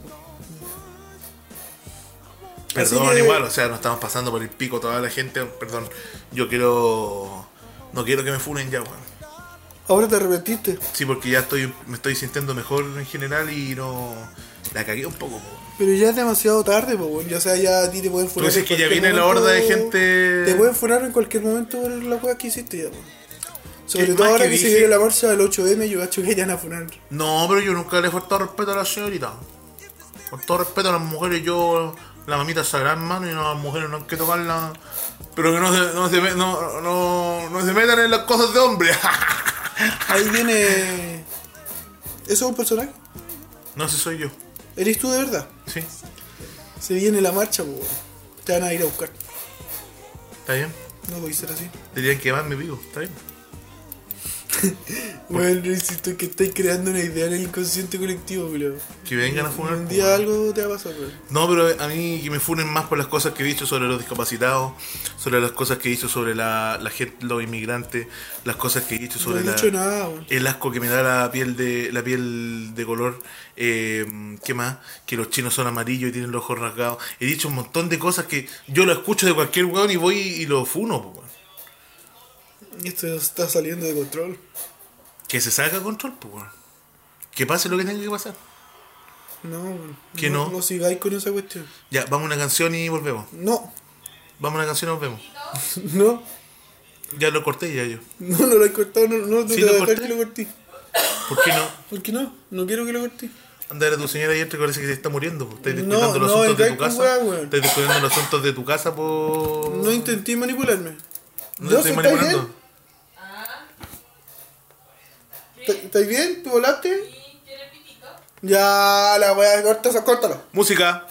Perdón, que... igual, o sea, nos estamos pasando por el pico toda la gente. Perdón, yo quiero... No quiero que me funen ya, weón. ¿Ahora te arrepentiste? Sí, porque ya estoy me estoy sintiendo mejor en general y no... La cagué un poco, po. Pero ya es demasiado tarde, po, ya, o sea, ya a ti te pueden funar. Tú dices que ya viene la horda de gente... Te pueden funar en cualquier momento por la weá que hiciste ya, po. Sobre ¿Qué todo más ahora que que se dije? viene la marcha del ocho eme, yo cacho que ya van a funar. No, pero yo nunca le he faltado respeto a la señorita. Con todo respeto a las mujeres, yo... La mamita es sagrada, hermano, y no, las mujeres no hay que tocarla. Pero que no se, no se, no, no, no se metan en las cosas de hombre. Ahí viene... ¿Eso es un personaje? No, ese soy yo. ¿Eres tú de verdad? Sí. Se viene la marcha, po. Te van a ir a buscar. ¿Está bien? No voy a ser así. Dirían que más me vivo. ¿Está bien? Bueno, insisto que estáis creando una idea en el inconsciente colectivo, pero... Que vengan a funar. Un día algo te va a pasar, weón. No, pero a mí que me funen más por las cosas que he dicho sobre los discapacitados, sobre las cosas que he dicho sobre la, la gente, los inmigrantes, las cosas que he dicho sobre no he la, dicho nada, weón. el asco que me da la piel de la piel de color, eh, ¿qué más? Que los chinos son amarillos y tienen los ojos rasgados. He dicho un montón de cosas que yo lo escucho de cualquier weón y voy y lo funo, pues, weón. Esto está saliendo de control. Que se salga de control, pues, weón. Que pase lo que tenga que pasar. No, weón. ¿Que no? No sigáis con esa cuestión. Ya, vamos a una canción y volvemos. No. Vamos a una canción y volvemos. No. Ya lo corté ya yo. No, no lo he cortado, no, no, no ¿Sí te lo voy a dejar corté? que lo corté. ¿Por qué no? ¿Por qué no? No quiero que lo corté. Anda a tu señora y entra, que parece que se está muriendo. Pues. Estáis No, descuidando los no, asuntos de tu vengáis casa. con weá, weón. Estáis descuidando los asuntos de tu casa por... No intenté manipularme. No te Yo, estoy ¿estáis manipulando. bien? ¿Estáis bien? ¿Tú volaste? Ya, la weá, córtalo, córtalo. Música.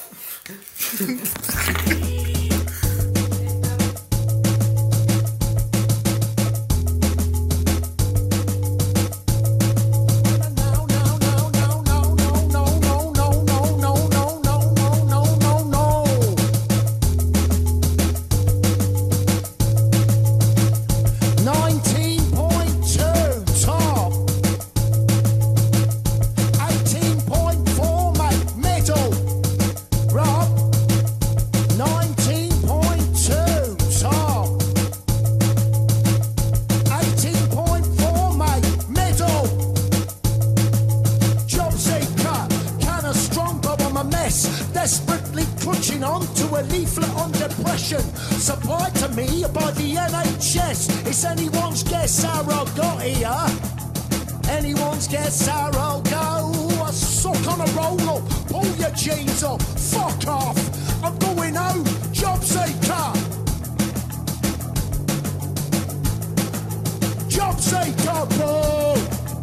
Desperately clutching on to a leaflet on depression supplied to me by the N H S. It's anyone's guess how I got here. Anyone's guess how I'll go. I suck on a roll up, pull your jeans up, fuck off. I'm going home, job seeker. Job seeker, boo.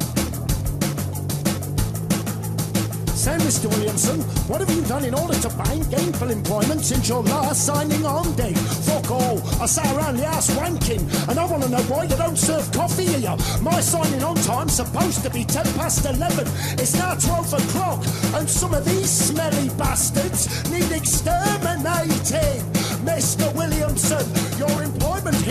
Say, Mister Williamson, what have you done in order to find gainful employment since your last signing on date? Fuck all. I sat around the house wanking, and I want to know why you don't serve coffee here. My signing on time's supposed to be ten past eleven. It's now twelve o'clock, and some of these smelly bastards need exterminating. Mister Williamson, your employment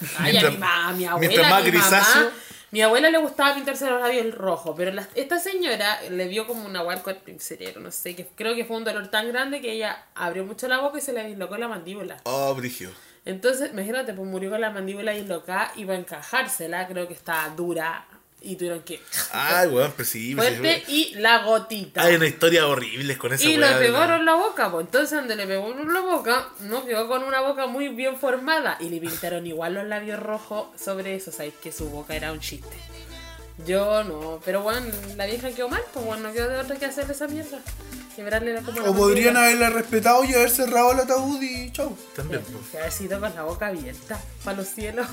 Ay, a mi, ma- a mi abuela, mientras más mi grisáceo. mamá, mi abuela le gustaba pintarse los labios el rojo, pero la- esta señora le dio como una huarco al cerebro, no sé, que creo que fue un dolor tan grande que ella abrió mucho la boca y se le dislocó la mandíbula. Oh, brigio. Entonces, imagínate, pues murió con la mandíbula dislocada y para encajársela, creo que estaba dura y tuvieron que... Ay, weón, pero sí. pues, fuerte sí, y la gotita. hay una historia horrible con esa Y weá le de pegó la- en la boca, pues entonces donde le pegó en la boca, no quedó con una boca muy bien formada y le pintaron igual los labios rojos sobre eso, sabéis que su boca era un chiste. Yo no, pero bueno, la vieja quedó mal, pues bueno, no quedó de otra que hacerle esa mierda. Quebrarle la como la O podrían mandíbula. haberla respetado y haber cerrado el ataúd y chau. También, pues. Que haber sido con la boca abierta, para los cielos.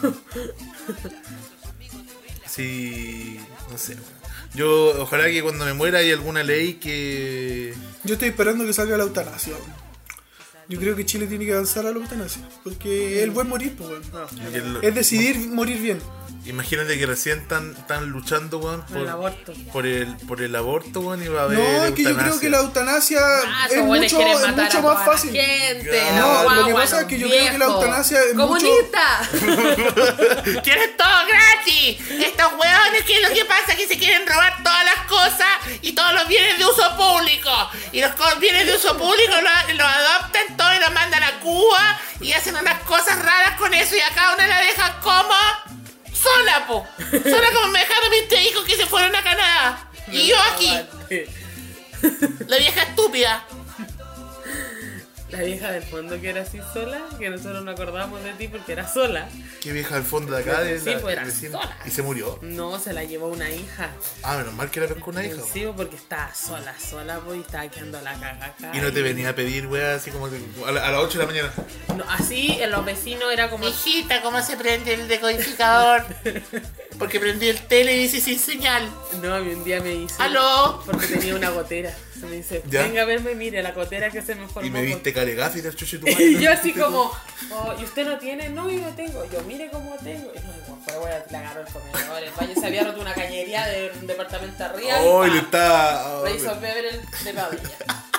Sí, no sé. weón. Yo, ojalá que cuando me muera haya alguna ley que... Yo estoy esperando que salga la eutanasia. weón. Yo creo que Chile tiene que avanzar a la eutanasia. Porque es el buen morir, pues, weón. que lo- Es decidir morir bien. Imagínate que recién están, están luchando, weón, Por el aborto. por el, por el aborto, weón, y va a haber No, es que yo creo eutanasia. que la eutanasia Ah, es esos buenos mucho, quieren es matar mucho a más toda fácil. la gente, No, la lo que guagua, pasa es los que yo creo que la viejos. eutanasia es mucho- ¡Comunista! ¡Quieren todo gratis! Estos hueones, ¿qué es lo que pasa? Que se quieren robar todas las cosas y todos los bienes de uso público. Y los co- bienes de uso público los lo adoptan todos y los mandan a Cuba y hacen unas cosas raras con eso y a cada una la dejan como... sola, po. Sola como me dejaron mis tres hijos que se fueron a Canadá. Y yo aquí, la vieja estúpida. La vieja del fondo que era así sola, que nosotros no acordábamos de ti porque era sola. Qué vieja al fondo de acá, de Sí, la- pues era vecina. sola. Y se murió. No, se la llevó una hija. Ah, menos mal que era con una hija. Sí, porque estaba sola, sola, pues, y estaba quedando la caga acá. Y no te venía a pedir, weá, así como de- a, la- a las ocho de la mañana. No, así, en los vecinos era como... Hijita, ¿cómo se prende el decodificador? Porque prendí el tele y dice sin señal. No, a mí un día me hizo... ¿Aló? Porque tenía una gotera. Se me dice, ¿Ya? venga a verme, mire, la gotera que se me formó. Y me diste caregazo y te chuche tu Y madre. yo así como, oh, ¿y usted no tiene? No, yo no tengo. Yo, mire cómo tengo. Y no, igual, pero bueno, le agarró el comedor. El valle se había roto una cañería de un departamento arriba. Oh, y y le pa, está. le hizo beber el de pabella.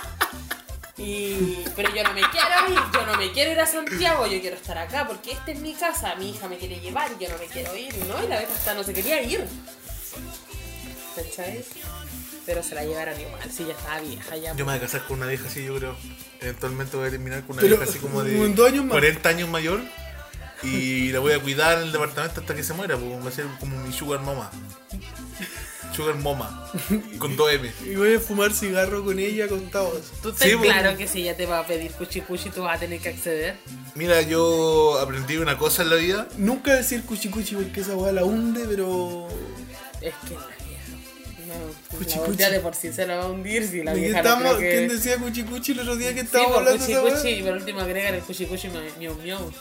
Y, pero yo no me quiero ir, yo no me quiero ir a Santiago, yo quiero estar acá porque esta es mi casa, mi hija me quiere llevar y yo no me quiero ir, ¿no? Y la vieja hasta no se quería ir. ¿Cachai? Pero se la llevaron igual, sí, ya estaba vieja ya. Yo me voy a casar con una vieja así, yo creo. Eventualmente voy a terminar con una Pero, vieja así como como en de dos años más. cuarenta años mayor. Y la voy a cuidar en el departamento hasta que se muera, pues va a ser como mi sugar mama. Sugar mama. Con dos M. Y voy a fumar cigarro con ella contados. ¿Tú estás Sí, claro bueno. que si ella te va a pedir cuchi cuchi tú vas a tener que acceder? Mira, yo aprendí una cosa en la vida. Nunca decir cuchi cuchi porque esa weá la hunde, pero. Es que la vieja. No, Cuchi, la cuchi. ya de por sí se la va a hundir si la ¿De qué vieja no estamos? creo que... ¿Quién decía cuchi cuchi el otro día que Sí, estábamos por hablando cuchi de esa cuchi weá? y por último agregan el cuchi cuchi miau miau.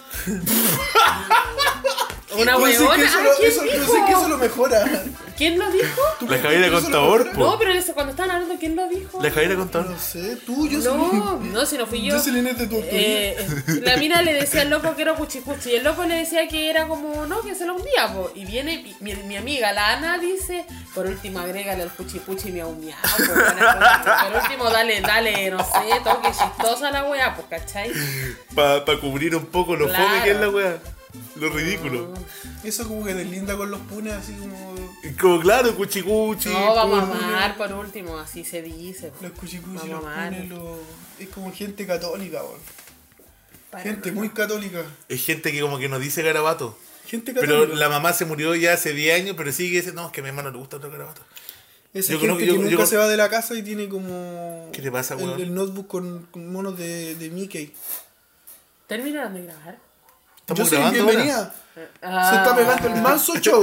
Una Yo sé que huevona. eso Ah, lo- ¿quién eso- yo dijo? sé que eso lo mejora. ¿Quién lo dijo? ¿Tú La crees Javiera que eso lo Contador, mejora? po. No, pero eso, cuando estaban hablando, ¿quién lo dijo? La Javiera contador. No sé, tú, yo No, no, si no fui yo. Jocelyn es de tu autoría. Eh, eh, la mina le decía al loco que era cuchi cuchi y el loco le decía que era como, no, que se lo hundía, po. Y viene mi, mi amiga, la Ana, dice, por último agrégale al cuchi cuchi miau miau, po, bueno, por último dale, dale, no sé, toque chistosa la wea, pues, ¿cachai? Para pa cubrir un poco lo Claro. fome que es la wea. Lo ridículo. Eso como que deslinda con los punes, así como. Como claro, cuchi cuchi. No, vamos a pum. amar por último, así se dice. Los cuchicuchis, Vamos los a amar. punes, los... es como gente católica, weón. Para- Gente muy católica. Es gente que como que nos dice garabato. Gente Pero católica. la mamá se murió ya hace diez años, pero sigue diciendo, no, es que a mi hermano le gusta otro garabato. Esa yo gente conozco- que yo- nunca yo- se va de la casa y tiene como. ¿Qué te pasa, el, weón? el notebook con, con monos de, de Mickey. ¿Terminaron de grabar? Estamos Yo soy grabando bienvenida. ahora. Ah, Se está pegando el manso show.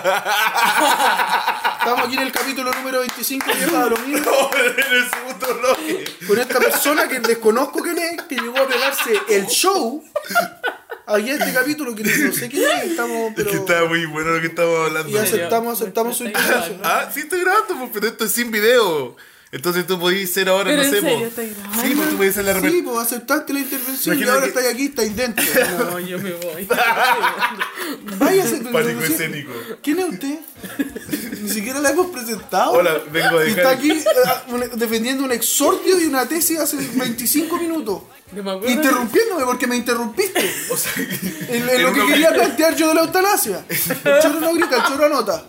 Estamos aquí en el capítulo número veinticinco, vieja de lo mismo. En el segundo bloque. Con esta persona que desconozco quién es, que llegó a pegarse el show. Aquí en este capítulo que no sé quién es, estamos, Es pero. que estaba muy bueno lo que estamos hablando. Y aceptamos, aceptamos su Está invitación. grabando. Ah, sí estoy grabando, pues, pero esto es sin video. Entonces tú podías ser ahora, ¿Pero no en sé, serio pues. estáis grabando? Sí, pues tú podías ser la Sí, reper- pues aceptaste la intervención y Imagínate ahora que- estáis aquí, estáis dentro. No, yo me voy. Váyase, pero Pánico no sé- escénico. ¿Quién es usted? Ni siquiera siquiera la hemos presentado. Hola, vengo a Y dejar... está aquí eh, un- defendiendo un exordio y una tesis hace veinticinco minutos. No me acuerdo. Interrumpiéndome porque me interrumpiste. O sea, En, en lo en que una- quería plantear yo de la eutanasia. El choro no grita, el choro anota.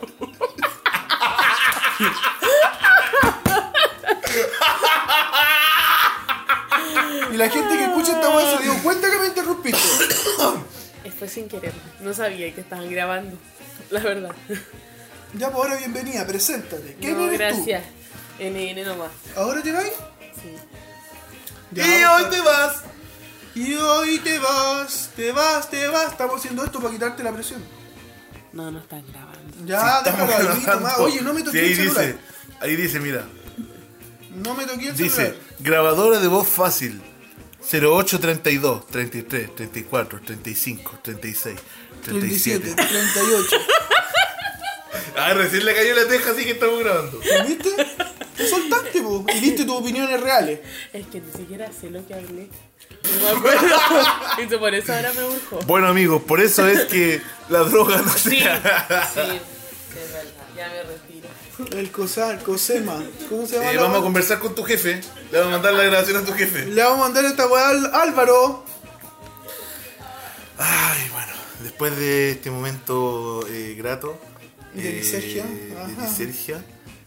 Y la gente que escucha esta weá se dio cuenta que me interrumpiste. Fue sin querer. No sabía que estaban grabando. La verdad. Ya, pues ahora bienvenida, preséntate. ¿Quién No, eres gracias. N N nomás. tú? ¿Ahora te vas? Sí. Ya, y vamos hoy a- te vas. Y hoy te vas, te vas, te vas. Estamos haciendo esto para quitarte la presión. No, no están grabando. Ya, Estamos déjalo ahí, grabando. nomás. Oye, no me Sí, toqué ahí el celular. dice, ahí dice, mira. No me toqué el Dice, celular. grabadora de voz fácil. cero ocho treinta y dos, treinta y tres, treinta y cuatro, treinta y cinco, treinta y seis, treinta y treinta y siete, siete. treinta y ocho. Ah, recién le cayó la teja, así que estamos grabando. ¿Viste? Te soltaste, po. Y diste tus opiniones reales. Es que ni siquiera sé lo que hablé. No me acuerdo. Y por eso ahora me urjo. Bueno, amigos, por eso es que la droga no se... Sí, sí, sí, es verdad. Ya me retiro. El COSAR, COSEMA. ¿Cómo se llama? Eh, la vamos a weá? conversar con tu jefe. Le vamos a mandar la grabación a tu jefe. Le vamos a mandar esta weá al Álvaro. Ay, bueno, después de este momento eh, grato. De eh, lisergia, De ajá. lisergia.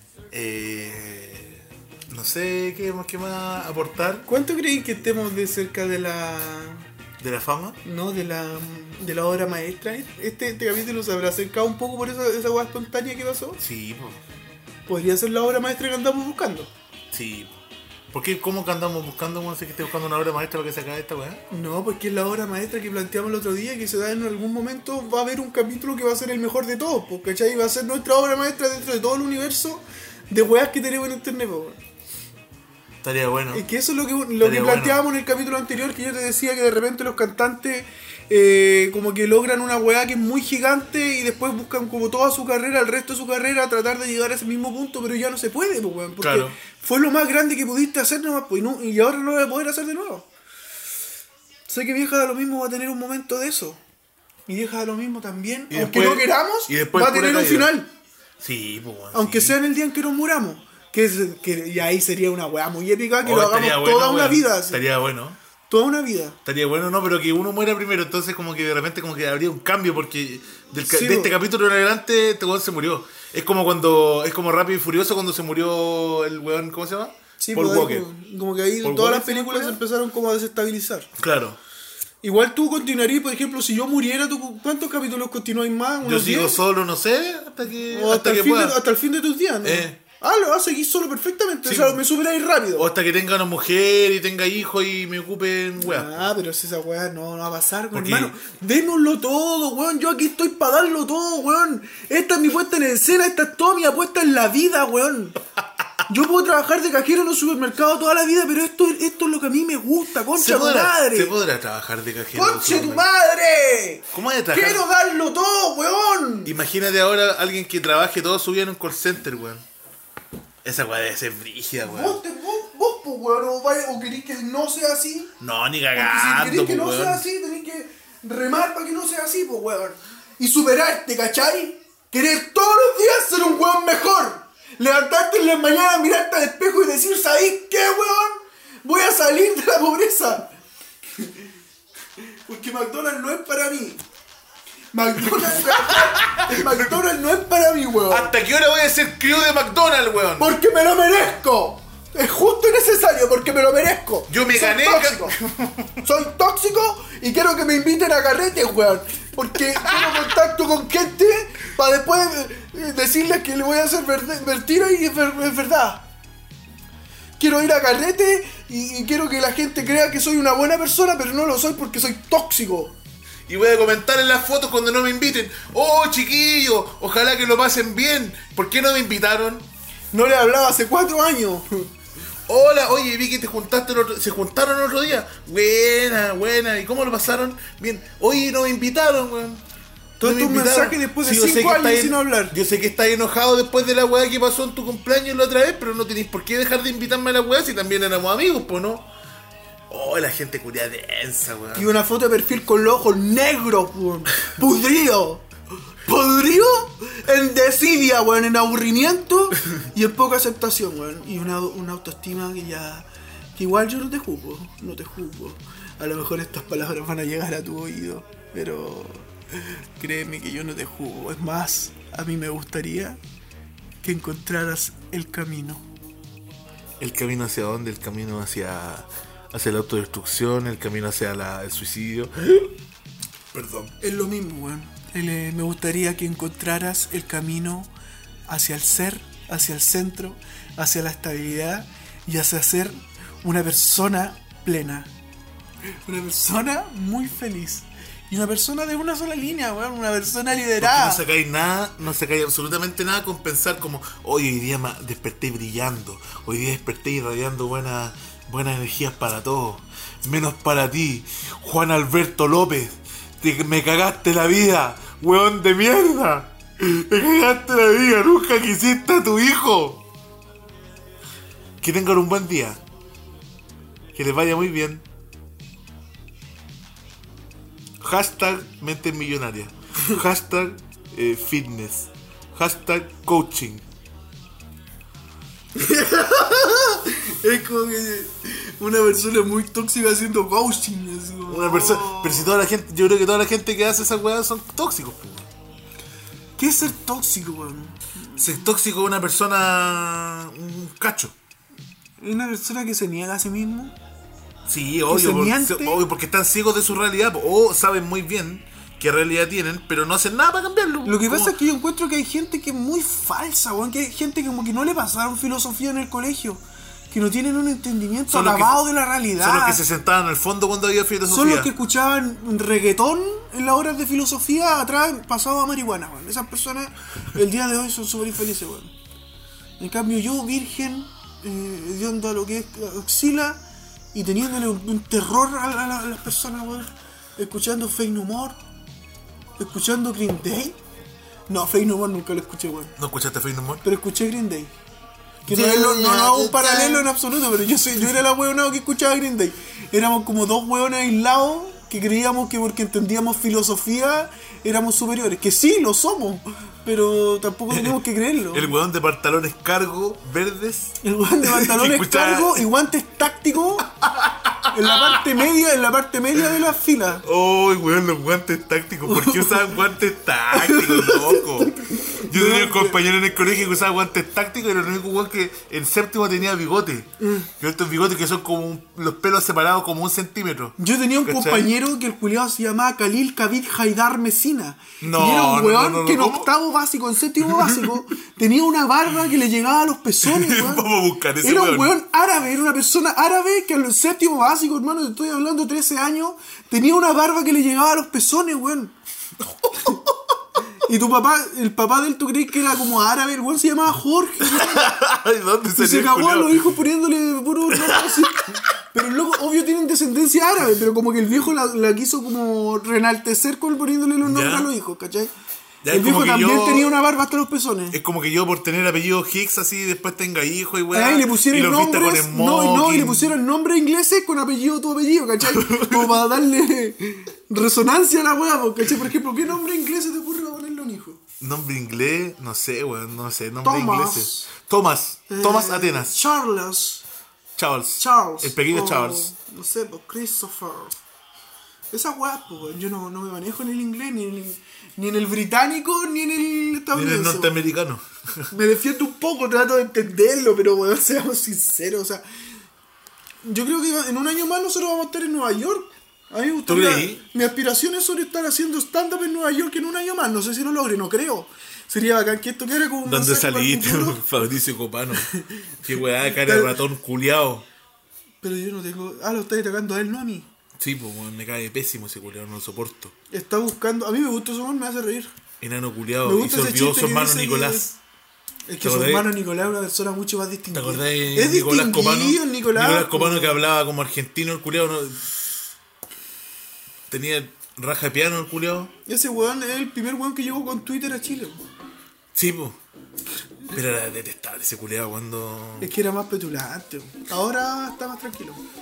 eh, no sé qué, más- qué más aportar ¿Cuánto creéis que estemos de cerca de la... de la fama. No, de la, de la obra maestra? Este, este capítulo se habrá acercado un poco por esa, esa weá espontánea que pasó. Sí, po. Podría ser la obra maestra que andamos buscando. Sí. ¿Por qué? ¿Cómo que andamos buscando? ¿Cómo sé que esté buscando una obra maestra para que se acabe esta weá? No, porque es la obra maestra que planteamos el otro día, que se da en algún momento, va a haber un capítulo que va a ser el mejor de todos, pues, ¿cachai? Va a ser nuestra obra maestra dentro de todo el universo de weas que tenemos en internet, pues, weón. Estaría bueno. Es que eso es lo que, lo Estaría que planteábamos en el capítulo anterior, que yo te decía que de repente los cantantes eh, como que logran una weá que es muy gigante y después buscan como toda su carrera, el resto de su carrera, tratar de llegar a ese mismo punto, pero ya no se puede, pues, weón, porque Claro. fue lo más grande que pudiste hacer nomás, pues, y, no- y ahora no lo voy a poder hacer de nuevo. Sé que Vieja da lo mismo va a tener un momento de eso. Y Vieja da lo mismo también, Y aunque después- no queramos, y después va a pura tener un caída. final. Sí, pues weón. Aunque sí. sea en el día en que nos muramos. Que, es, que y ahí sería una weá muy épica que Oh, lo estaría hagamos bueno, toda una weón. vida. así. Estaría bueno. Toda una vida. Estaría bueno, no, pero que uno muera primero, entonces como que de repente como que habría un cambio, porque del ca- Sí, de este bo. capítulo en adelante este weón se murió. Es como cuando, es como Rápido y Furioso cuando se murió el weón, ¿cómo se llama? Sí, Paul pues, ahí Walker. como, como que ahí Paul todas las Walker, películas ¿se se llama? empezaron como a desestabilizar. Claro. Igual tú continuarías, por ejemplo, si yo muriera, ¿tú cuántos capítulos continuáis más? Yo ¿Unos sigo diez? solo, no sé, hasta que, O hasta, hasta el que fin de, pueda. hasta el fin de tus días, ¿no? Eh. Ah, lo vas a seguir solo perfectamente. Sí, o sea, pues. me superáis rápido. O hasta que tenga una mujer y tenga hijos y me ocupen weá. Ah, pero si esa weá no, no va a pasar, weón. Porque- Hermano. Démoslo todo, weón. Yo aquí estoy para darlo todo, weón. Esta es mi puesta en escena, esta es toda mi apuesta en la vida, weón. Yo puedo trabajar de cajero en un supermercado toda la vida, pero esto, esto es lo que a mí me gusta, ¿Se concha tu podrá, madre. ¿Se podrá trabajar de cajero? ¡Conche tu solamente? madre! ¿Cómo hay de trabajar? ¡Quiero darlo todo, weón! Imagínate ahora alguien que trabaje todo su vida en un call center, weón. Esa weá debe ser brígida, weón. Vos, te, vos, vos, pues, weón, o, vaya- o querés que no sea así. No, ni Porque si cagando, querés que pues, no sea weón. así, tenés que remar para que no sea así, pues, weón. Y superarte, ¿cachai? Querer todos los días ser un weón mejor. Levantarte en la mañana, mirarte al espejo y decir, ¿sabéis qué, weón? Voy a salir de la pobreza. Porque McDonald's no es para mí. McDonald's, el McDonald's no es para mí, weón. ¿Hasta qué hora voy a ser crío de McDonald's, weón? Porque me lo merezco. Es justo y necesario porque me lo merezco. Yo me Soy gané- tóxico. Soy tóxico y quiero que me inviten a carretes, weón. Porque tengo contacto con gente para después eh, decirles que le voy a hacer verd- mentira y es, ver- es verdad. Quiero ir a carrete y, y quiero que la gente crea que soy una buena persona, pero no lo soy porque soy tóxico. Y voy a comentar en las fotos cuando no me inviten. Oh, chiquillos, ojalá que lo pasen bien. ¿Por qué no me invitaron? No le hablaba hace cuatro años. Hola, oye, vi que te juntaste el otro, se juntaron el otro día. Buena, buena. ¿Y cómo lo pasaron? Bien. Oye, no me invitaron, weón. Todos No me tus invitaron. mensajes después de Sí, yo sé cinco que años estáis- sin hablar. Yo sé que estás enojado después de la weá que pasó en tu cumpleaños la otra vez, pero no tenéis por qué dejar de invitarme a la weá si también éramos amigos, pues, ¿no? Oh, la gente curia densa, weón. Y una foto de perfil con los ojos negros, weón. Pudrido. podrido en desidia, weón, en aburrimiento y en poca aceptación, weón. Y una, una autoestima que ya... Que igual yo no te juzgo, no te juzgo. A lo mejor estas palabras van a llegar a tu oído, pero créeme que yo no te juzgo. Es más, a mí me gustaría que encontraras el camino. ¿El camino hacia dónde? El camino hacia, hacia la autodestrucción, el camino hacia la, el suicidio. Perdón. Es lo mismo, weón. El, eh, me gustaría que encontraras el camino hacia el ser, hacia el centro, hacia la estabilidad y hacia ser una persona plena. Una persona muy feliz. Y una persona de una sola línea, weón. Una persona liderada. Porque no sacáis nada, no sacáis absolutamente nada con pensar como, hoy, hoy día ma- desperté brillando, hoy día desperté irradiando buenas buenas energías para todos, menos para ti, Juan Alberto López. Te, me cagaste la vida, weón de mierda. Me cagaste la vida, nunca quisiste a tu hijo. Que tengan un buen día. Que les vaya muy bien. Hashtag mente millonaria. Hashtag eh, fitness. Hashtag coaching. Es como que una persona muy tóxica haciendo coaching. Así como, Una persona. oh. Pero si toda la gente, yo creo que toda la gente que hace esas weas son tóxicos. Po. ¿Qué es ser tóxico, weón? Ser tóxico es una persona. Un cacho. Es una persona que se niega a sí mismo. Sí, se obvio, miente. porque, obvio, porque están ciegos de su realidad, po, o saben muy bien qué realidad tienen, pero no hacen nada para cambiarlo. Lo que Como- pasa es que yo encuentro que hay gente que es muy falsa, weón. Que hay gente que como que no le pasaron filosofía en el colegio. Que no tienen un entendimiento Son los que- acabado de la realidad. Son los que se sentaban al fondo cuando había filosofía. Son los que escuchaban reggaetón en las horas de filosofía atrás pasado a marihuana, weón. Esas personas el día de hoy son súper infelices, weón. En cambio yo, virgen, eh, hediondo a lo que es axila y teniéndole un, un terror a, a la- a las personas, weón. Escuchando Fake No More, escuchando Green Day. No, Fake No More nunca lo escuché, weón. ¿No escuchaste Fake No More? Pero escuché Green Day. Que no, es lo- no, no hago un paralelo en absoluto, pero yo soy, yo era la huevonao que escuchaba Green Day. Éramos como dos hueones aislados que creíamos que porque entendíamos filosofía éramos superiores. Que sí, lo somos, pero tampoco tenemos que creerlo. El weón de pantalones cargo, verdes. El weón de pantalones Escuchaba- cargo y guantes tácticos en la parte media, en la parte media de la fila. Oh, weón, los guantes tácticos. ¿Por qué usaban guantes tácticos, loco? Yo tenía un compañero en el colegio que usaba guantes tácticos y era el único weón que en séptimo tenía bigote. Y estos bigotes que son como un- los pelos separados como un centímetro. Yo tenía un ¿Cachai? compañero que el culiado se llamaba Khalil Khabib Haidar Mesina. No, y era un no, weón no, no, no, que en ¿cómo? octavo básico, en séptimo básico, tenía una barba que le llegaba a los pezones, weón. Vamos a buscar ese Era un weón. weón árabe, era una persona árabe que en el séptimo básico, hermano, te estoy hablando trece años, tenía una barba que le llegaba a los pezones, weón. Y tu papá, el papá de él, ¿tú crees que era como árabe? El weón se llamaba Jorge, weón. Ay, ¿dónde Y salió se el cagó a culiao? los hijos poniéndole puro nombre así. Pero el loco, obvio, tienen descendencia árabe, pero como que el viejo la, la quiso como renaltecer con poniéndole los nombres Ya. a los hijos, ¿cachai? Ya, el es viejo como que también yo- tenía una barba hasta los pezones. Es como que yo por tener apellido Hicks así después tenga hijos y weá. Ahí le pusieron y los vista con nombres, no, y no, y le smoking. pusieron nombres ingleses con apellido tu apellido, ¿cachai? Como para darle resonancia a la weá, po, ¿cachai? Por ejemplo, ¿qué nombre inglés se te ocurre para ponerle a un hijo? Nombre inglés, no sé, weón, no sé, nombre Thomas. inglés. Thomas, Thomas Eh, Atenas. Charles. Charles. Charles. El pequeño o, Charles. No sé, pues Christopher. Esas weas, pues, yo no, no me manejo en el inglés, ni en el, ni en el británico, ni en el Viene estadounidense. el norteamericano. Me defiendo un poco, trato de entenderlo, pero weón, seamos sinceros, o sea. Yo creo que en un año más nosotros vamos a estar en Nueva York. A mí me gustaría. creí? Mi aspiración es sobre estar haciendo stand-up en Nueva York en un año más. No sé si lo logre, no creo. Sería bacán que esto quedara como un ¿Dónde mensaje para el saliste, futuro. Fabricio Copano? Qué weá, cara de ratón culiao. Pero yo no tengo. Ah, lo estáis atacando a él, no a mí. Sí, pues weón, me cae pésimo ese culiao, no lo soporto. Está buscando. A mí me gusta su humor, me hace reír. Enano Me culiao. Y gusta se ese olvidó chiste su que hermano dice que- Nicolás. Es que ¿Te su acordás? hermano Nicolás es una persona mucho más ¿Te distinguida. acordás de Es Nicolás Copano? distinguido el Nicolás. Nicolás Copano po. que hablaba como argentino, el culiao. No... Tenía raja de piano el culiao. Ese weón es el primer weón que llegó con Twitter a Chile. Sí, pues. Pero era detestable ese culiao cuando. Es que era más petulante. Ahora está más tranquilo.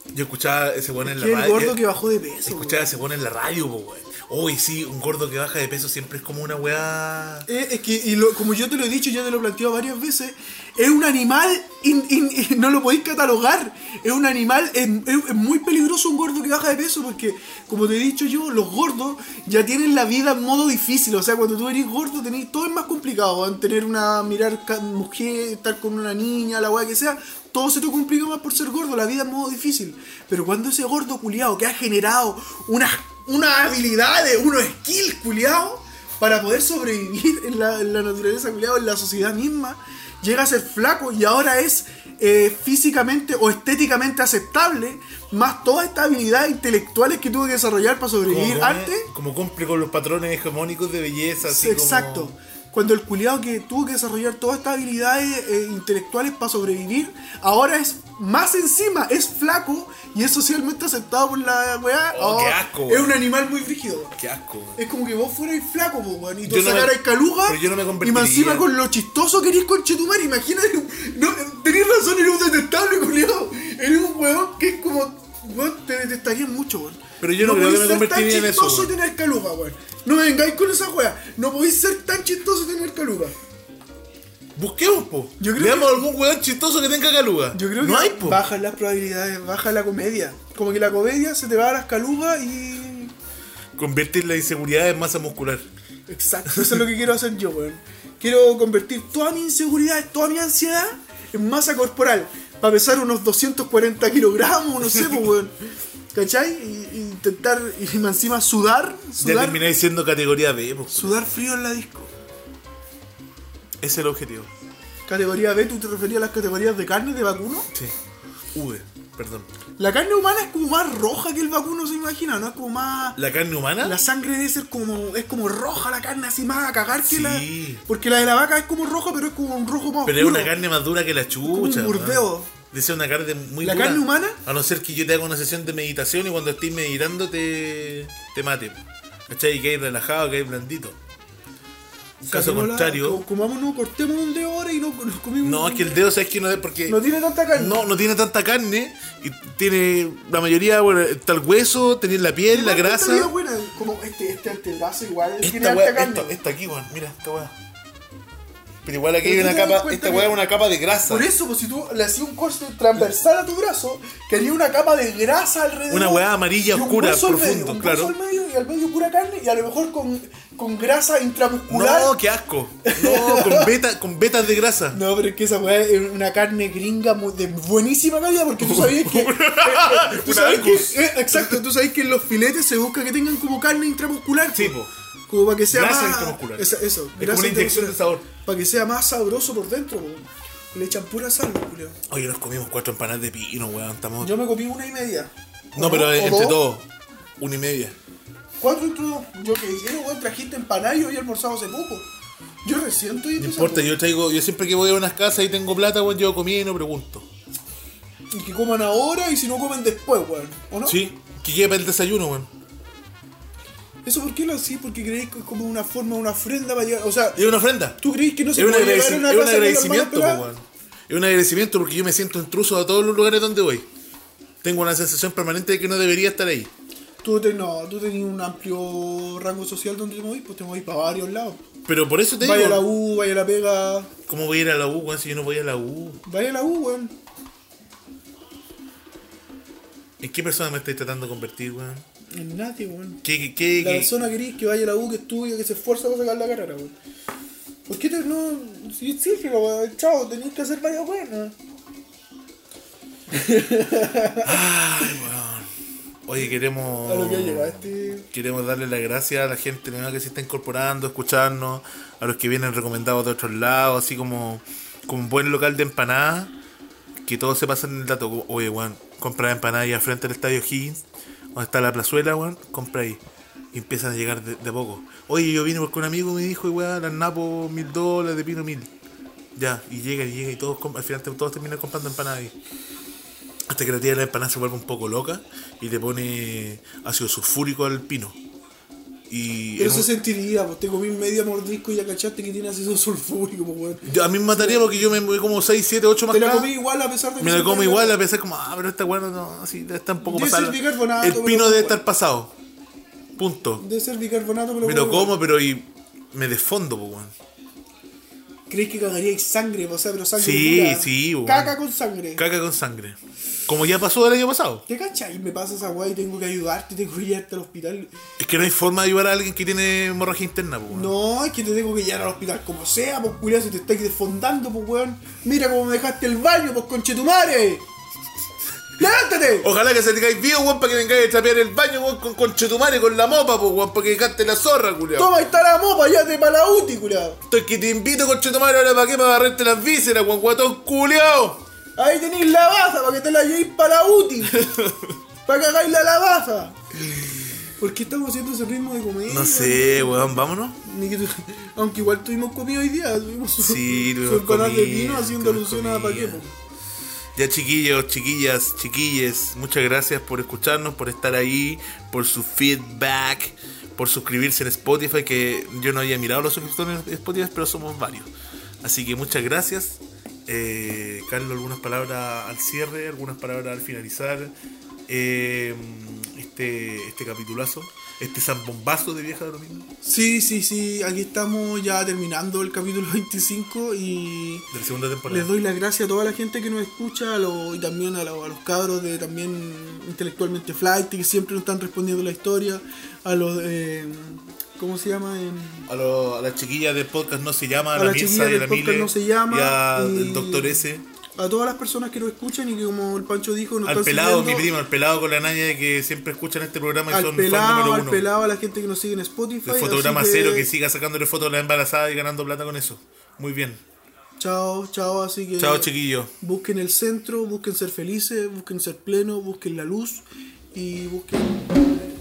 Yo escuchaba ese weón en la Que el radio. gordo que bajó de peso. Escuchaba ese weón en la radio, po, weón. Uy, sí, un gordo que baja de peso siempre es como una weá. Eh, es que, y lo- como yo te lo he dicho, yo te lo he planteado varias veces, es un animal, in- in- in- no lo podéis catalogar, es un animal, es, es- es muy peligroso un gordo que baja de peso, porque, como te he dicho yo, los gordos ya tienen la vida en modo difícil, o sea, cuando tú eres gordo, tenéis, todo es más complicado, ¿eh? Tener una, mirar ca- mujer, estar con una niña, la weá que sea, todo se te complica más por ser gordo, la vida en modo difícil, pero cuando ese gordo culiado que ha generado unas, unas habilidades, unos skills culiados, para poder sobrevivir en la, en la naturaleza culiado, en la sociedad misma, llega a ser flaco y ahora es eh, físicamente o estéticamente aceptable, más todas estas habilidades intelectuales que tuvo que desarrollar para sobrevivir Como, antes. como cumple con los patrones hegemónicos de belleza, así Exacto. como... Cuando el culiado que tuvo que desarrollar todas estas habilidades eh, intelectuales para sobrevivir, ahora es más encima, es flaco y es socialmente aceptado por la weá. Oh, qué asco, es weón. un animal muy frígido. Qué asco, weón. Es como que vos fueras flaco, po, weón, y tú Yo no me- sacaras caluga, pero yo no me y convertiría. más encima con lo chistoso que eres conchetumar, imagínate, no, tenés razón, eres un detestable, culiado. Eres un weón que es como, weón, te detestarían mucho, weón. Pero yo no creo podéis que me ser convertiría tan en eso, chistoso y weón. tener caluga, weón. No me vengáis con esa weá. No podéis ser tan chistoso y tener caluga. Busquemos, po. Yo creo Veamos que- algún weón chistoso que tenga caluga. Yo creo no que hay, po. bajan las probabilidades, baja la comedia. Como que la comedia se te va a las calugas y... Convertir la inseguridad en masa muscular. Exacto, eso es lo que quiero hacer yo, weón. Quiero convertir toda mi inseguridad, toda mi ansiedad en masa corporal. Para pesar unos doscientos cuarenta kilogramos, no sé, pues, weón. ¿Cachai? Y, y intentar, y encima sudar, Ya sudar, termináis siendo categoría B, po. sudar frío en la disco. Ese es el objetivo. Categoría B, ¿tú te referías a las categorías de carne de vacuno? Sí. V, perdón. La carne humana es como más roja que el vacuno, se imagina, ¿no? Es como más... ¿La carne humana? La sangre debe ser como... Es como roja la carne, así más a cagar que Sí. la... Porque la de la vaca es como roja, pero es como un rojo más Pero es oscuro. una carne más dura que la chucha. un burdeo. weón. Debe ser una carne muy ¿La dura. carne humana? A no ser que yo te haga una sesión de meditación y cuando estés meditando te, te mate. ¿Cachai? Y que hay relajado, que hay blandito. En caso Saquémosla, contrario... co- Comámonos, cortemos un dedo ahora y no nos comimos. No, es que el dedo, ¿sabes qué? No es porque... No tiene tanta carne. No, no tiene tanta carne y tiene la mayoría, bueno, está el hueso, tenés la piel, la Igual esta grasa. vida buena, como este, este antebrazo igual tiene Esta alta weá, carne. esta, esta aquí, weón, mira, esta weá. Pero igual aquí Pero hay tú una te das capa, cuenta esta que- weá es una capa de grasa. Por eso, pues si tú le hacías un corte transversal a tu brazo, que haría una capa de grasa alrededor. Una weá amarilla, y un oscura, hueso al medio, profundo, un claro. hueso al medio y al medio pura carne y a lo mejor con, con grasa intramuscular. No, qué asco. No, con beta, con betas de grasa. No, pero es que esa weá es una carne gringa muy- de buenísima calidad porque tú sabías que. eh, eh, tú Una sabes que Angus. eh, exacto, tú sabes que en los filetes se busca que tengan como carne intramuscular. Sí, po. po. Como para que sea Grasa más. intramuscular. Esa- eso, Es grasa como una inyección de intramuscular. sabor. Para que sea más sabroso por dentro, po. Le echan pura sal, Julio. Oye, nos comimos cuatro empanadas de pino, weón. Estamos... Yo me comí una y media. No, ¿O pero ¿O entre dos? todos, una y media. Cuatro entre dos. Yo que quiero, weón, trajiste empanada y yo había almorzado hace poco. Yo recién estoy No empezando. importa, yo traigo, yo siempre que voy a unas casas y tengo plata, weón, yo comí y no pregunto. Y que coman ahora y si no comen después, weón. ¿O no? Sí, que quede para el desayuno, weón. ¿Eso por qué lo hacís? Porque creéis que es como una forma, una ofrenda para llegar. O sea, Es una ofrenda. ¿tú creéis que no se Es un, puede llegar agradeci- a una es un casa con las manos agradecimiento, po, pegadas? weón. Es un agradecimiento porque yo me siento intruso a todos los lugares donde voy. Tengo una sensación permanente de que no debería estar ahí. Tú, te, no, tú tenés un amplio rango social donde te movís, pues te movís para varios lados. Pero por eso te Vaya a la digo, U, vaya a la pega. ¿cómo voy a ir a la U, weón, si yo no voy a la U? Vaya a la U, weón. ¿En qué persona me estáis tratando de convertir, weón? En nadie, weón. ¿Qué, qué, qué, La qué- persona querís que vaya a la U, que estudie, que se esfuerza para sacar la carrera, weón. ¿Por qué te no.? Sí, sí, pero, weón, chao, tenés que hacer varias weonas. Ay, weón. Oye, queremos... A lo que ha llegado este. Queremos darle las gracias a la gente nueva que se está incorporando, escucharnos, a los que vienen recomendados de otros lados, así como, como un buen local de empanadas, que todos se pasan el dato. como, Oye, weón, compra empanadas ahí al frente del estadio Higgins, donde está la plazuela, weón, compra ahí. Y empiezan a llegar de, de a poco. Oye, yo vine porque un amigo me dijo, weón, las napo mil dólares, de pino mil. Ya, y llega y llega y todos, com- al final te- todos terminan comprando empanadas ahí. Hasta que la tía de la empanada se vuelve un poco loca y le pone ácido sulfúrico al pino. Y Pero en se un- sentiría, pues te comí media mordisco y ya cachaste que tiene ácido sulfúrico, pues weón. yo- a mí me mataría porque yo me voy como seis, siete, ocho más Te la cada. comí igual a pesar de que Me la se como te- igual, a pesar como, ah, pero esta weá no, no, así, debe estar un poco Debe pasada. ser bicarbonato, El pero pino como debe igual. estar pasado. Punto. De ser bicarbonato, pero Me lo bueno, como, pero y me desfondo, pues, weón. ¿Crees que cagaríais sangre? O sea, pero sangre Sí, pura. sí, weón. Caca con sangre. Caca con sangre. Como ya pasó el año pasado. ¿Qué cachai? Me pasa esa weá y tengo que ayudarte, tengo que llevarte al hospital. Es que no hay forma de ayudar a alguien que tiene hemorragia interna, pues, weón. No, es que te tengo que llevar al hospital como sea, pues culiao, si te estáis desfondando, pues weón. Mira cómo me dejaste el baño, pues conchetumare. ¡Levántate! Ojalá que salgáis vivos, weón, para que vengáis a trapear el baño, weón, con conchetumare, con la mopa, pues, weón, para que dejaste la zorra, culiao. Toma, ahí está la mopa, ya te pa' la úti, culiao. Estoy que te invito, conchetumare, ahora para qué, para barrerte las vísceras, weón, guatón culiao. Ahí tenéis la baza para que te la llevéis para la útil. Para que hagáis la lavaza. ¿Por qué estamos haciendo ese ritmo de comedia? No sé, weón, vámonos. Ni que tu- Aunque igual tuvimos comido hoy día. Tuvimos su, Sí, su tuvimos empanadas de comida, vino haciendo tuvimos alusión a comida. Paquepo. Ya, chiquillos, chiquillas, chiquilles, muchas gracias por escucharnos, por estar ahí, por su feedback, por suscribirse en Spotify, que yo no había mirado los suscriptores en Spotify, pero somos varios. Así que muchas gracias. Eh, Carlos, algunas palabras al cierre, algunas palabras al finalizar eh, este, este capitulazo, este zambombazo de Vieja de lo Mismo, Sí, sí, sí. Aquí estamos ya terminando el capítulo veinticinco y de la segunda temporada. les doy las gracias a toda la gente que nos escucha a lo- y también a, lo- a los cabros de también intelectualmente flight que siempre nos están respondiendo la historia. A los eh, ¿cómo se llama? Em, A, lo- a las chiquillas del podcast no se llama, a A la las Mirza chiquillas y a del la podcast Mile no se llama, y a y- el doctor S. a todas las personas que nos escuchan y que como el Pancho dijo nos Al están pelado, mi siguiendo. primo, al pelado con la naña de que siempre escuchan este programa y Al son fan pelado, número al uno. pelado, a la gente que nos sigue en Spotify. El fotograma así cero que siga sacándole fotos a la embarazada y ganando plata con eso. Muy bien. Chao, chao, así que Chao, chiquillos. busquen el centro, busquen ser felices, busquen ser pleno, busquen la luz y busquen